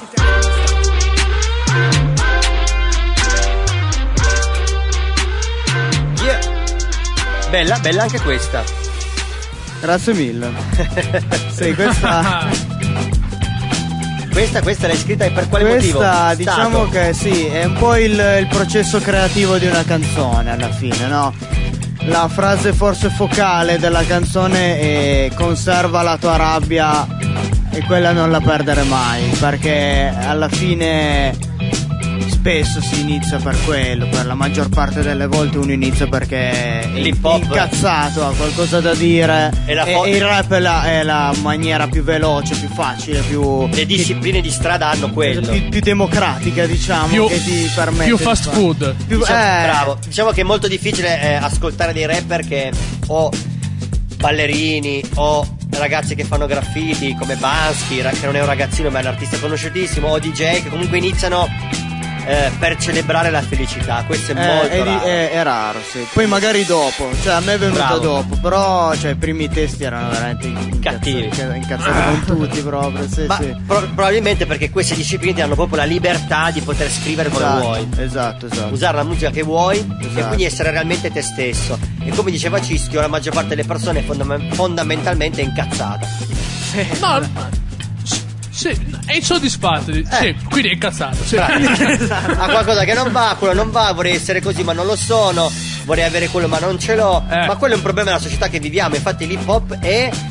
Yeah. Bella, bella anche questa. Grazie mille. Sì, questa, Questa, questa l'hai scritta per quale motivo? questa diciamo Stato. che sì, è un po' il, il processo creativo di una canzone alla fine, no? La frase forse focale della canzone è conserva la tua rabbia e quella non la perdere mai, perché alla fine spesso si inizia per quello, per la maggior parte delle volte uno inizia perché è L'hip hop. incazzato, ha qualcosa da dire E la e, fo- e il rap è la, è la maniera più veloce, più facile, più, Le discipline di strada hanno quello. più, più democratica, diciamo, Più- che ti permette più di fast fare- food. più, Diciamo, eh, bravo. Diciamo che è molto difficile eh, ascoltare dei rapper che o ballerini o ragazzi che fanno graffiti come Bansky, ra- che non è un ragazzino ma è un artista conosciutissimo, o D J che comunque iniziano eh, per celebrare la felicità. Questo è eh, molto è, di- raro. è- è raro, sì. Poi magari dopo, cioè a me è venuto Bravo. dopo, però cioè, i primi testi erano veramente incazzati, Cattivi. incazzati con tutti proprio, sì, Ma sì. pro- probabilmente perché queste discipline ti hanno proprio la libertà di poter scrivere come Esatto, vuoi, esatto, esatto. usare la musica che vuoi e Esatto. quindi essere realmente te stesso. E come diceva Cischio, la maggior parte delle persone è fondam- fondamentalmente incazzata. No, s- sì, è insoddisfatto. di- Sì, quindi è incazzato. Sì. Bravo. Ha qualcosa che non va, quello non va, vorrei essere così ma non lo sono, vorrei avere quello ma non ce l'ho. Eh. Ma quello è un problema della società che viviamo. Infatti l'hip hop è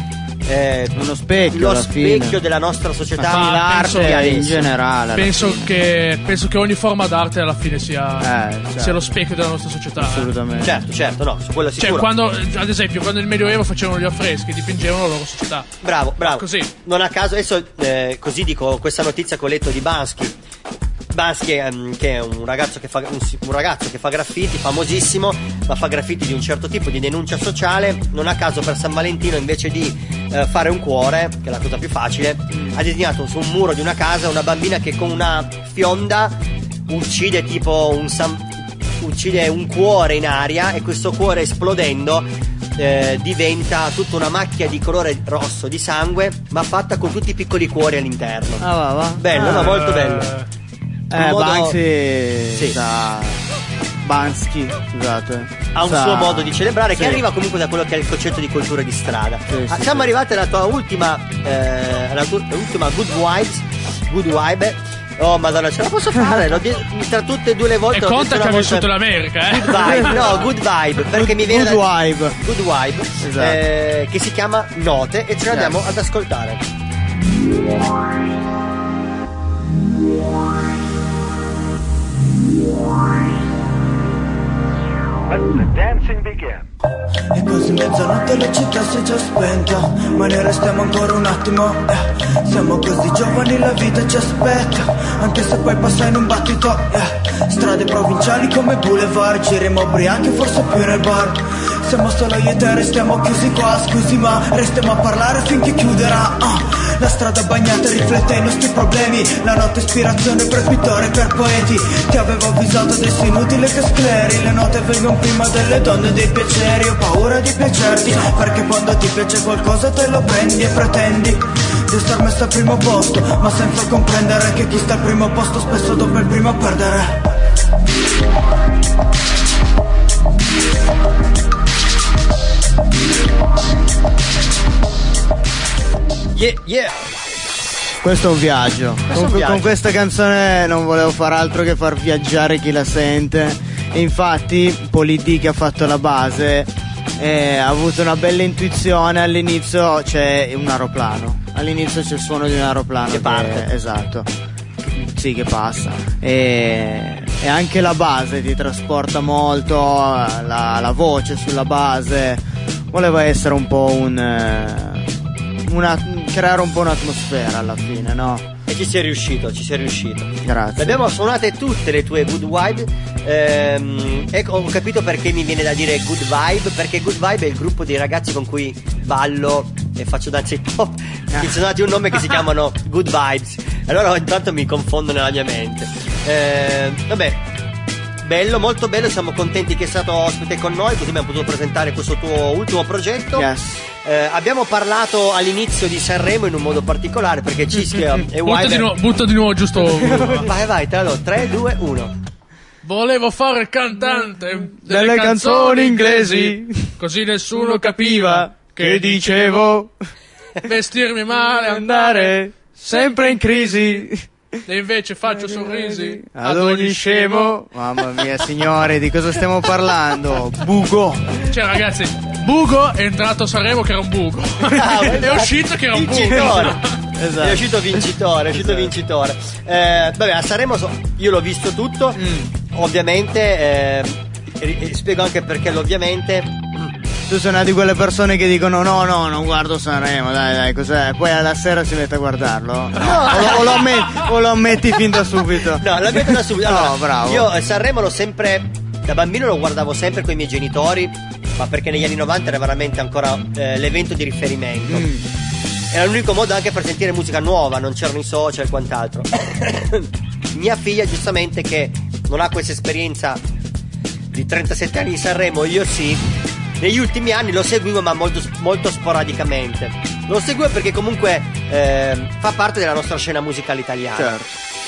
eh, uno specchio, lo alla specchio fine. della nostra società, Ma l'arte in generale. Penso che, penso che ogni forma d'arte alla fine sia, Eh, certo. sia lo specchio della nostra società. Assolutamente. Certo, certo, no, su quello Cioè, sicuro. quando, ad esempio, quando nel Medioevo facevano gli affreschi, dipingevano la loro società. Bravo, bravo. Così. Non a caso, adesso eh, così dico questa notizia che ho letto di Bansky. Bansky ehm, che è un ragazzo che fa un, un ragazzo che fa graffiti, famosissimo, ma fa graffiti di un certo tipo di denuncia sociale. Non a caso per San Valentino, invece di eh, fare un cuore, che è la cosa più facile, ha disegnato su un muro di una casa una bambina che con una fionda uccide tipo un sam- uccide un cuore in aria, e questo cuore esplodendo eh, diventa tutta una macchia di colore rosso di sangue, ma fatta con tutti i piccoli cuori all'interno. Ah, va, va. Bello, ah, no, molto bello. Eh, modo... Banksy Sì. sa... Bansky, scusate. Ha un sa... suo modo di celebrare, sì. che arriva comunque da quello che è il concetto di cultura di strada. Sì, Ah, sì, siamo sì. arrivati alla tua ultima eh, alla tua ultima good vibes, good vibe. Oh madonna, ce la posso fare? L'ho di- tra tutte e due le volte E l'ho conta detto che ha una vissuto volta- l'America, eh. Good vibe, no, good vibe, perché mi viene Good da vibe. good vibe, Esatto. eh, che si chiama Note, e ce la Yes. andiamo ad ascoltare. E così mezzanotte la città si è già spenta, ma ne restiamo ancora un attimo, eh. Siamo così giovani, la vita ci aspetta, anche se poi passa in un battito, eh. Strade provinciali come boulevard, giriamo ubriachi forse più nel bar. Siamo solo io e te, restiamo chiusi qua, scusi ma restiamo a parlare finché chiuderà, ah. La strada bagnata riflette i nostri problemi, la notte ispirazione per pittori e per poeti. Ti avevo avvisato adesso è inutile che scleri, le note vengono prima delle donne e dei piaceri. Ho paura di piacerti, perché quando ti piace qualcosa te lo prendi e pretendi di star messo al primo posto, ma senza comprendere che chi sta al primo posto spesso dopo il primo a perdere. Yeah, yeah. Questo è un viaggio. è Con, un viaggio. con questa canzone non volevo far altro che far viaggiare chi la sente. E infatti Polydì, che ha fatto la base, eh, ha avuto una bella intuizione. All'inizio c'è un aeroplano. All'inizio c'è il suono di un aeroplano Che parte. esatto. Sì, che passa. E, e anche la base ti trasporta molto, la, la voce sulla base. Voleva essere un po' un eh, una, creare un po' un'atmosfera alla fine, no? E ci sei riuscito, ci sei riuscito. Grazie. Le abbiamo suonate tutte le tue good vibe. Ehm, e ho capito perché mi viene da dire good vibe, perché good vibe è il gruppo dei ragazzi con cui ballo e faccio danza hip hop. Ci sono dati un nome che si chiamano Good Vibes. Allora intanto mi confondo nella mia mente. Ehm, vabbè, bello, molto bello, siamo contenti che sei stato ospite con noi, così abbiamo potuto presentare questo tuo ultimo progetto. Yes. Eh, abbiamo parlato all'inizio di Sanremo in un modo particolare, perché Cischia e Butta di, Wyber... nuovo, butta di nuovo giusto. Vai, vai, te la do. tre, due, uno. Volevo fare il cantante delle, Delle canzoni inglesi. così nessuno capiva che dicevo vestirmi male, andare sempre in crisi e invece faccio sorrisi ad ogni scemo. Mamma mia, signore, di cosa stiamo parlando? Bugo. Cioè ragazzi, Bugo è entrato a Sanremo che era un buco. Bravo, È esatto. uscito che era un Vincitore. buco. Esatto. È uscito vincitore, è uscito vincitore. Eh, vabbè, a Sanremo so- io l'ho visto tutto. Ovviamente, eh, ri- spiego anche perché l'ovviamente. Tu sei una di quelle persone che dicono no, no, non guardo Sanremo, dai, dai, cos'è? Poi alla sera si mette a guardarlo. No. O, lo, o, lo ammetti, o lo ammetti fin da subito. No, la metto da subito. Allora, No, bravo. Io eh, Sanremo l'ho sempre. Da bambino lo guardavo sempre con i miei genitori, ma perché negli anni novanta era veramente ancora eh, l'evento di riferimento. Mm. Era l'unico modo anche per sentire musica nuova, non c'erano i social e quant'altro. Mia figlia, giustamente, che non ha questa esperienza di trentasette anni di Sanremo, io sì, negli ultimi anni lo seguivo, ma molto, molto sporadicamente. Lo seguivo perché comunque eh, fa parte della nostra scena musicale italiana. Certo.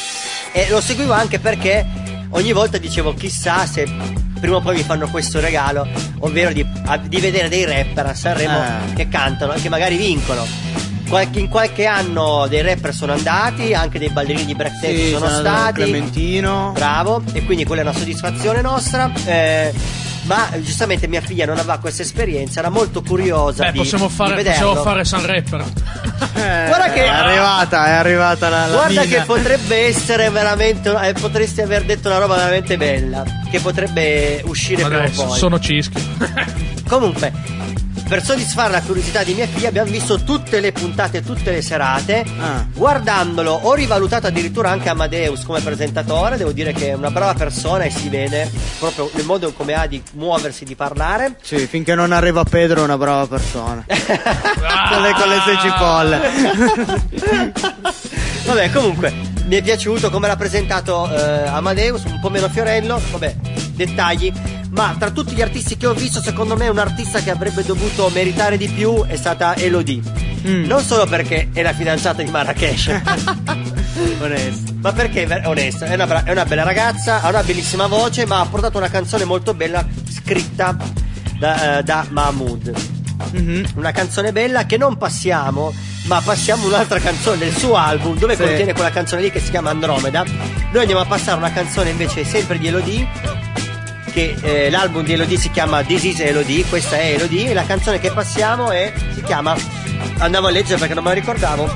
E lo seguivo anche perché ogni volta dicevo chissà se prima o poi mi fanno questo regalo, ovvero di, a- di vedere dei rapper a Sanremo Eh. che cantano e che magari vincono. Qualche- in qualche anno dei rapper sono andati, anche dei ballerini di break dance sono sono andato da stati. Clementino. Bravo, e quindi quella è una soddisfazione nostra. Eh, ma giustamente mia figlia non aveva questa esperienza, era molto curiosa. Beh, di, possiamo fare, di vederlo. possiamo fare Sun Rapper. Eh, Guarda che è arrivata, è arrivata la, la Guarda mina. che potrebbe essere veramente, eh, potresti aver detto una roba veramente bella, che potrebbe uscire Vabbè, prima o poi. sono cischi. Comunque, per soddisfare la curiosità di mia figlia abbiamo visto tutte le puntate, tutte le serate. Ah. Guardandolo ho rivalutato addirittura anche Amadeus come presentatore. Devo dire che è una brava persona e si vede proprio nel modo come ha di muoversi, di parlare. Sì, finché non arriva Pedro è una brava persona. Con le, con le sue cipolle. Vabbè, comunque mi è piaciuto come l'ha presentato eh, Amadeus, un po' meno Fiorello, vabbè, dettagli. Ma tra tutti gli artisti che ho visto, secondo me un artista che avrebbe dovuto meritare di più è stata Elodie. Mm. Non solo perché è la fidanzata di Marrakesh, Onesto. ma perché è onesta, è una, bra- è una bella ragazza, ha una bellissima voce, ma ha portato una canzone molto bella scritta da, uh, da Mahmood. Mm-hmm. Una canzone bella che non passiamo, ma passiamo un'altra canzone del suo album dove sì. contiene quella canzone lì che si chiama Andromeda. Noi andiamo a passare una canzone invece sempre di Elodie, che eh, l'album di Elodie si chiama This is Elodie, questa è Elodie, e la canzone che passiamo è, si chiama, andavo a leggere perché non me la ricordavo,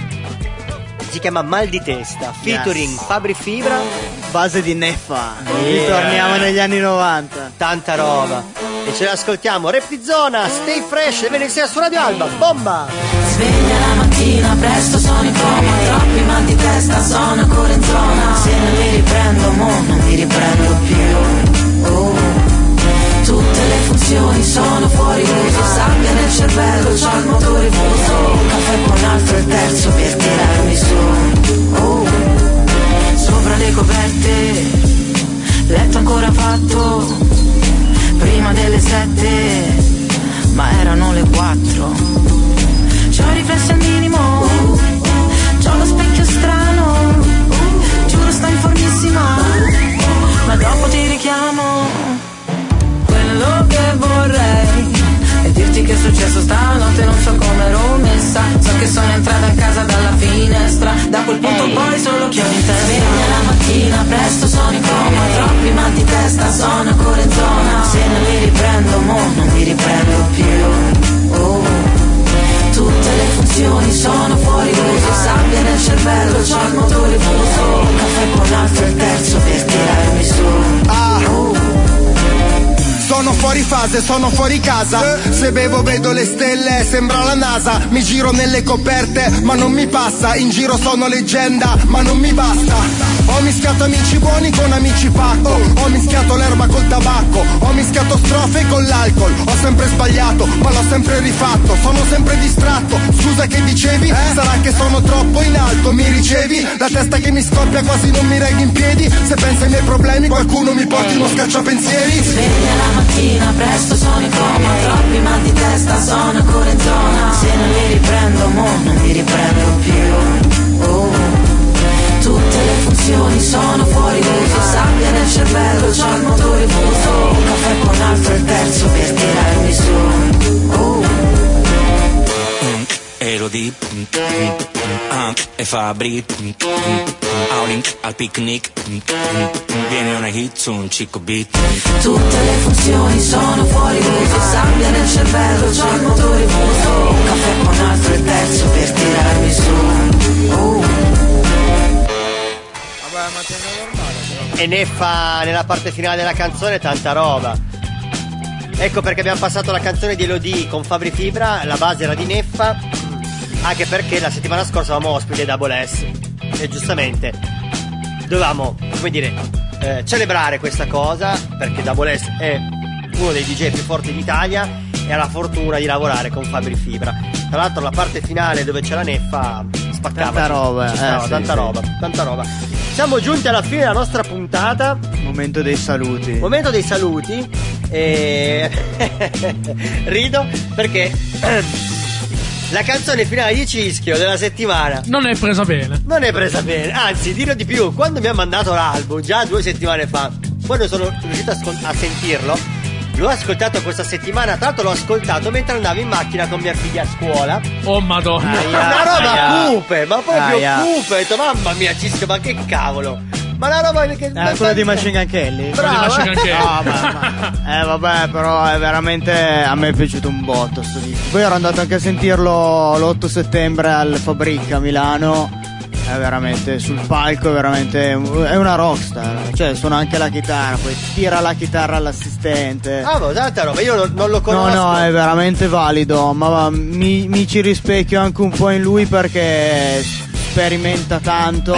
si chiama Mal di testa, featuring Yes. Fabri Fibra, Base di Neffa. Yeah. Ritorniamo negli anni novanta. tanta roba, e ce l'ascoltiamo. Rap di zona, stay fresh, e venerdì sera su Radio Alba, bomba! Sveglia la mattina, presto sono in coma, troppi mal di testa, sono ancora in zona. Se non mi riprendo, mo non mi riprendo più. Oh. Tutte le funzioni sono fuori uso, sabbia nel cervello, c'ho il motore fuso. Caffè con altro e terzo per tirarmi su. Oh. Sopra le coperte, letto ancora fatto, prima delle sette, ma erano le quattro. C'ho riflessi al minimo, c'ho lo specchio strano, giuro sto in formissima, ma dopo ti richiamo. Quello che vorrei è dirti che è successo stanotte, non so come ero messa, so che sono entrata in casa dalla finestra, da quel punto hey. Poi solo chiodi in testa. Sveglia la mattina, presto sono in coma, hey. Troppi mal di testa, sono ancora in zona. Se non mi riprendo, mo non mi riprendo più. Oh. Tutte le funzioni sono fuori uso, sabbia nel cervello, c'ho il motore fuso. Caffè con l'altro e il terzo per tirarmi su. Ah. Oh. Sono fuori fase, sono fuori casa. Se bevo vedo le stelle, sembra la NASA. Mi giro nelle coperte, ma non mi passa. In giro sono leggenda, ma non mi basta. Ho mischiato amici buoni con amici pacco. Ho mischiato l'erba col tabacco. Ho mischiato strofe con l'alcol. Ho sempre sbagliato, ma l'ho sempre rifatto. Sono sempre distratto. Scusa, che dicevi? Eh? Sarà che sono troppo in alto, mi ricevi? La testa che mi scoppia, quasi non mi reggo in piedi. Se penso ai miei problemi, qualcuno mi porti uno scacciapensieri. Sveglia la mattina, presto sono in coma, troppi mal di testa, sono ancora in zona. Se non mi riprendo, mo non mi riprendo più. Oh. Tutte le funzioni sono fuori uso, sabbia nel cervello, c'ho il motore fuso. Caffè con altro e il terzo per tirarmi su. Oh. Elodie uh, e Fabri Howling al picnic, viene una hit su un cicco beat. Tutte le funzioni sono fuori uso, sabbia nel cervello, c'ho il motore fuso. Caffè con altro e il terzo per tirarmi su. Oh. Vabbè, ma tiene normale. E Neffa nella parte finale della canzone, tanta roba. Ecco perché abbiamo passato la canzone di Elodie con Fabri Fibra, la base era di Neffa, anche perché la settimana scorsa avevamo ospite Double S e giustamente dovevamo, come dire, eh, celebrare questa cosa, perché Double S è uno dei D J più forti d'Italia e ha la fortuna di lavorare con Fabri Fibra. Tra l'altro la parte finale dove c'è la Neffa spaccava, tanta roba, ci stava, eh, sì, tanta sì. roba, tanta roba. Siamo giunti alla fine della nostra puntata. Momento dei saluti. Momento dei saluti. E rido perché la canzone finale di Cischio della settimana non è presa bene. Non è presa bene. Anzi, dirò di più, quando mi ha mandato l'album già due settimane fa, quando sono riuscito a, scol- a sentirlo, l'ho ascoltato questa settimana. Tra l'altro l'ho ascoltato mentre andavo in macchina con mia figlia a scuola. Oh madonna. Aia, una roba aia. cupe, ma proprio Aia. cupe. Ho detto, mamma mia Cischio, ma che cavolo. Ma la roba che. Eh, quello di Machine Gun Kelly. Bravo. Machine Gun Kelly. No, ma, ma- eh vabbè, però è veramente, a me è piaciuto un botto sto disco. Poi ero andato anche a sentirlo l'otto settembre al Fabric a Milano. È veramente sul palco, è veramente è una rockstar. Cioè suona anche la chitarra, poi tira la chitarra all'assistente. Ah, ma tanta roba, io non, non lo conosco. No, no, è veramente valido, ma va, mi, mi ci rispecchio anche un po' in lui perché sperimenta tanto,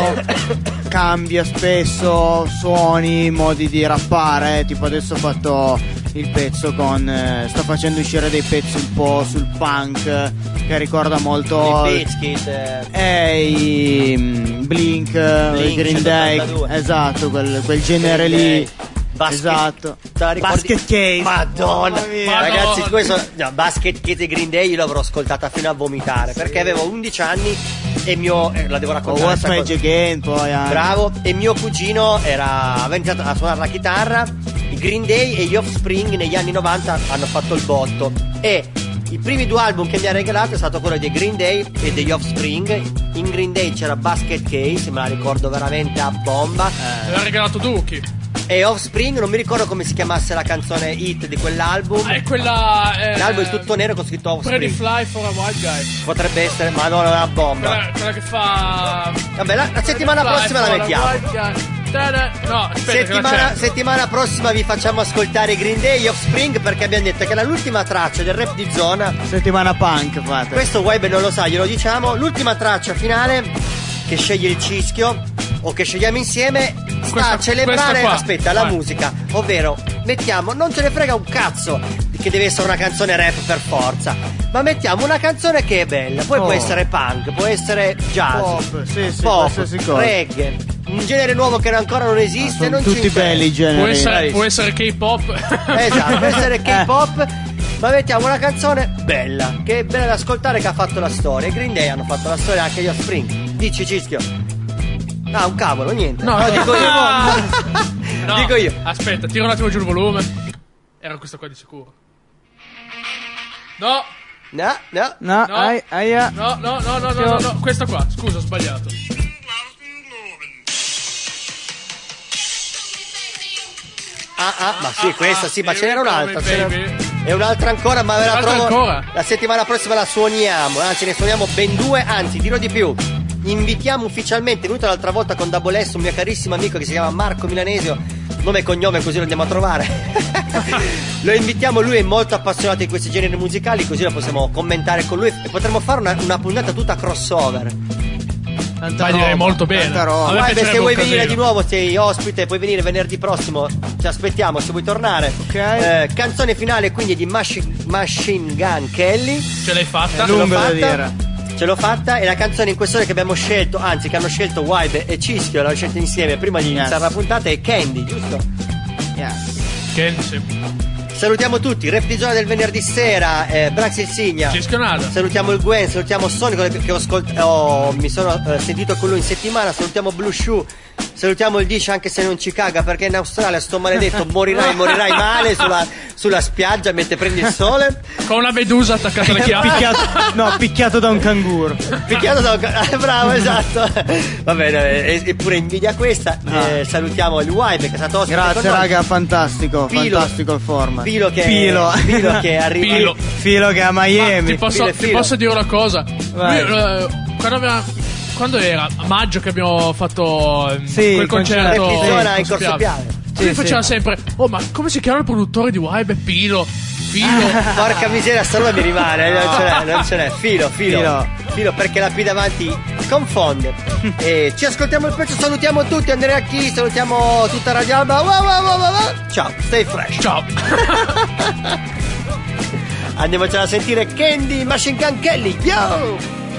cambia spesso suoni, modi di rappare. Tipo adesso ho fatto il pezzo con eh, sta facendo uscire dei pezzi un po' sul punk che ricorda molto I Bizkit, eh. eh, i mm, Blink, Blink, i Green Day, centottantadue. esatto, quel, quel genere Green lì. Day. Basket, Esatto. te la ricordi? Basket Case. Madonna, Mamma mia. ragazzi, questo no, Basket Case e Green Day io l'avrò ascoltata fino a vomitare perché avevo undici anni e mio eh, la devo Oh, raccontare. What's questa Magic cosa. Again poi anche. Bravo, e mio cugino era aveva iniziato a suonare la chitarra. I Green Day e gli Offspring negli anni novanta hanno fatto il botto e i primi due album che mi ha regalato è stato quello dei Green Day e degli Offspring. In Green Day c'era Basket Case, me la ricordo veramente a bomba. Me l'ha regalato Duki. E Offspring, non mi ricordo come si chiamasse la canzone hit di quell'album. Ah, è quella. Eh, L'album è tutto nero con scritto Pretty Offspring. Fly for a White Guy. Potrebbe essere, ma non è una bomba. Quella, quella che fa. Vabbè, la, la settimana Pretty prossima la Fly for a mettiamo. White Guy. Ta-da. No, aspetta, che la Settimana, cerco. settimana prossima vi facciamo ascoltare i Green Day e Offspring perché abbiamo detto che era l'ultima traccia del rap di zona. Settimana punk fate. Questo Web non lo sa, glielo diciamo. L'ultima traccia finale che sceglie il Cischio o che scegliamo insieme sta Questa- a celebrare questa qua. aspetta la Vai. musica, ovvero mettiamo, non ce ne frega un cazzo che deve essere una canzone rap per forza, ma mettiamo una canzone che è bella, poi Oh. può essere punk, può essere jazz, Pop, sì, sì, pop, qualsiasi cosa. reggae, un genere nuovo che ancora non esiste, Sono non ci tutti interessa. belli i generi. Può essere, può essere K-pop. Esatto, può essere K-pop, ma mettiamo una canzone bella, che è bella da ascoltare, che ha fatto la storia. I Green Day hanno fatto la storia, anche gli Offspring. Dici, Cischio. Ah, un cavolo, niente. No, No, dico io. No, Dico io. Aspetta, tiro un attimo giù il volume. Era questa qua di sicuro. No, No, no. No, no, ai, aia. no, no, no, no, no, no, no, questa qua. Scusa, ho sbagliato. Ah, ah, ma sì, ah, questa sì, ma ce n'era un'altra. ce n'era- Baby. E un'altra ancora, ma ve la Un'altra trovo. ancora? La settimana prossima la suoniamo. Anzi, ne suoniamo ben due, anzi, dirò di più. Invitiamo ufficialmente, è venuto l'altra volta con Double S, un mio carissimo amico che si chiama Marco Milanesio, nome e cognome così lo andiamo a trovare. Lo invitiamo, lui è molto appassionato di questi generi musicali, così lo possiamo commentare con lui e potremmo fare una, una puntata tutta crossover. Tanta Ma direi roba, molto bene. tanta roba. A me Guarda, se piacerebbe vuoi un venire casino. di nuovo, sei ospite, puoi venire venerdì prossimo, ci aspettiamo se vuoi tornare. Ok. Eh, canzone finale quindi di Machine, Machine Gun Kelly. Ce l'hai fatta? Ce l'ho lungo da fatta. dire. Ce l'ho fatta e la canzone in questione che abbiamo scelto, anzi che hanno scelto Wibe e Cischio, l'hanno scelta insieme prima di iniziare la puntata, è Candy, giusto? Yes. Candy, sì. Salutiamo tutti, Rap di Zona del venerdì sera, eh, Brax il Signa. Cischio nada. Salutiamo il Gwen, salutiamo Sonico che ho ascolt- ho- mi sono eh, sentito con lui in settimana, salutiamo Blue Shoe, salutiamo il Dish anche se non ci caga perché in Australia sto maledetto morirai, morirai male sulla, sulla spiaggia mentre prendi il sole. Con una medusa attaccata alle chiappe. Picchiato, no, picchiato da un canguro. Picchiato da un ca- ah, bravo, esatto. Va bene, e- eppure invidia questa. Eh, salutiamo il Wibe che è stato ospite Grazie con noi. raga, fantastico, Filo. fantastico il format. Filo che Filo. Filo che arriva. Filo. Filo che è a Ma Miami. ti posso, Filo e ti filo. posso dire una cosa? Vai. Lui, eh, quando, aveva- quando era? A maggio che abbiamo fatto ehm, Sì, quel il concerto. concerto Rap di Zona in Corso Corso Piave. Piave. Lui Sì, faceva sì. sempre: oh, ma come si chiama il produttore di Wibe? Pilo. Filo. Porca miseria, sta roba mi rimane, eh, non ce n'è, non ce n'è. Filo, filo, Filo. filo, perché la P davanti confonde. E ci ascoltiamo il pezzo, salutiamo tutti, Andrea Chi, salutiamo tutta Radio Alba. Wow, wow, wow, wow, wow. Ciao, stay fresh. Ciao. Andiamocela a sentire Candy Machine Gun Kelly. Yo!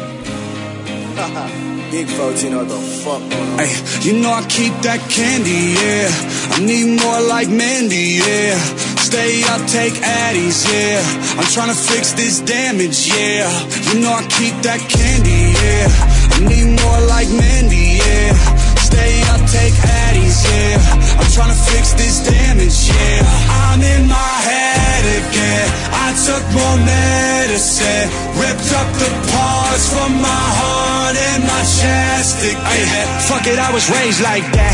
Big folks, you know what the fuck going on. Ay, you know I keep that candy, yeah. I need more like Mandy, yeah. Stay up, take Addies, yeah. I'm tryna fix this damage, yeah. You know I keep that candy, yeah. I need more like Mandy, yeah. Stay up, take Addies, yeah. I'm tryna fix this damage, yeah. I'm in my head again. I took more medicine. Ripped up the parts from my heart and my chest again. Ay, fuck it, I was raised like that.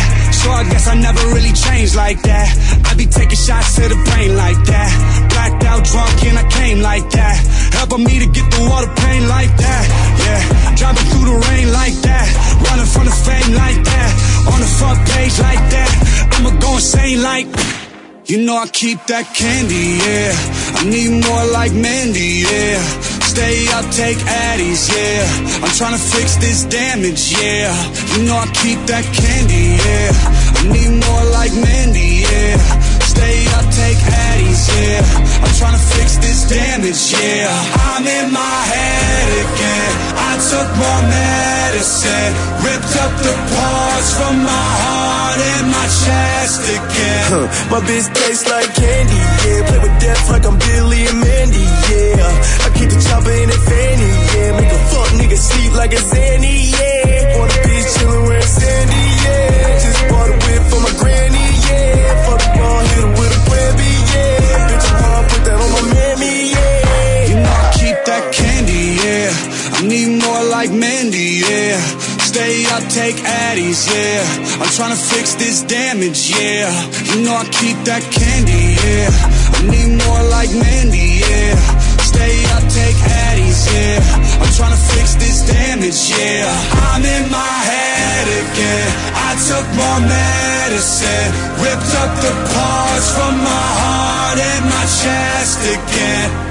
so I guess I never really changed like that. I be taking shots to the brain like that. Blacked out drunk and I came like that. Helping me to get through all the pain like that. Yeah, driving through the rain like that. Running from the fame like that. On the front page like that. I'ma go insane like. You know I keep that candy, yeah. I need more like Mandy, yeah. Stay up, take Addies, yeah. I'm tryna fix this damage, yeah. You know I keep that candy, yeah. I need more like Mandy, yeah. Stay up, take Addies, yeah. I'm tryna fix this damage, yeah. I'm in my head again. I took more medicine. Ripped up the parts from my heart and my chest again. Huh, my bitch tastes like candy, yeah. Play with death like I'm Billy and Mandy, yeah. I keep the chopper in a fanny, yeah. Make a fuck nigga sleep like a Zanny, yeah. Want a bitch chillin' where it's Sandy, yeah. Just bought a whip for my granny, yeah. Fuck the ball, hit her with a Bambi, yeah. Bitch, I'm hard, put that on my mammy, yeah. You know I keep that candy, yeah. I need more like Mandy, yeah. Stay up, take Addies, yeah. I'm tryna fix this damage, yeah. You know I keep that candy, yeah. I need more like Mandy, yeah. Stay up, take Addies, yeah. I'm tryna fix this damage, yeah. I'm in my head again. I took more medicine. Ripped up the parts from my heart and my chest again.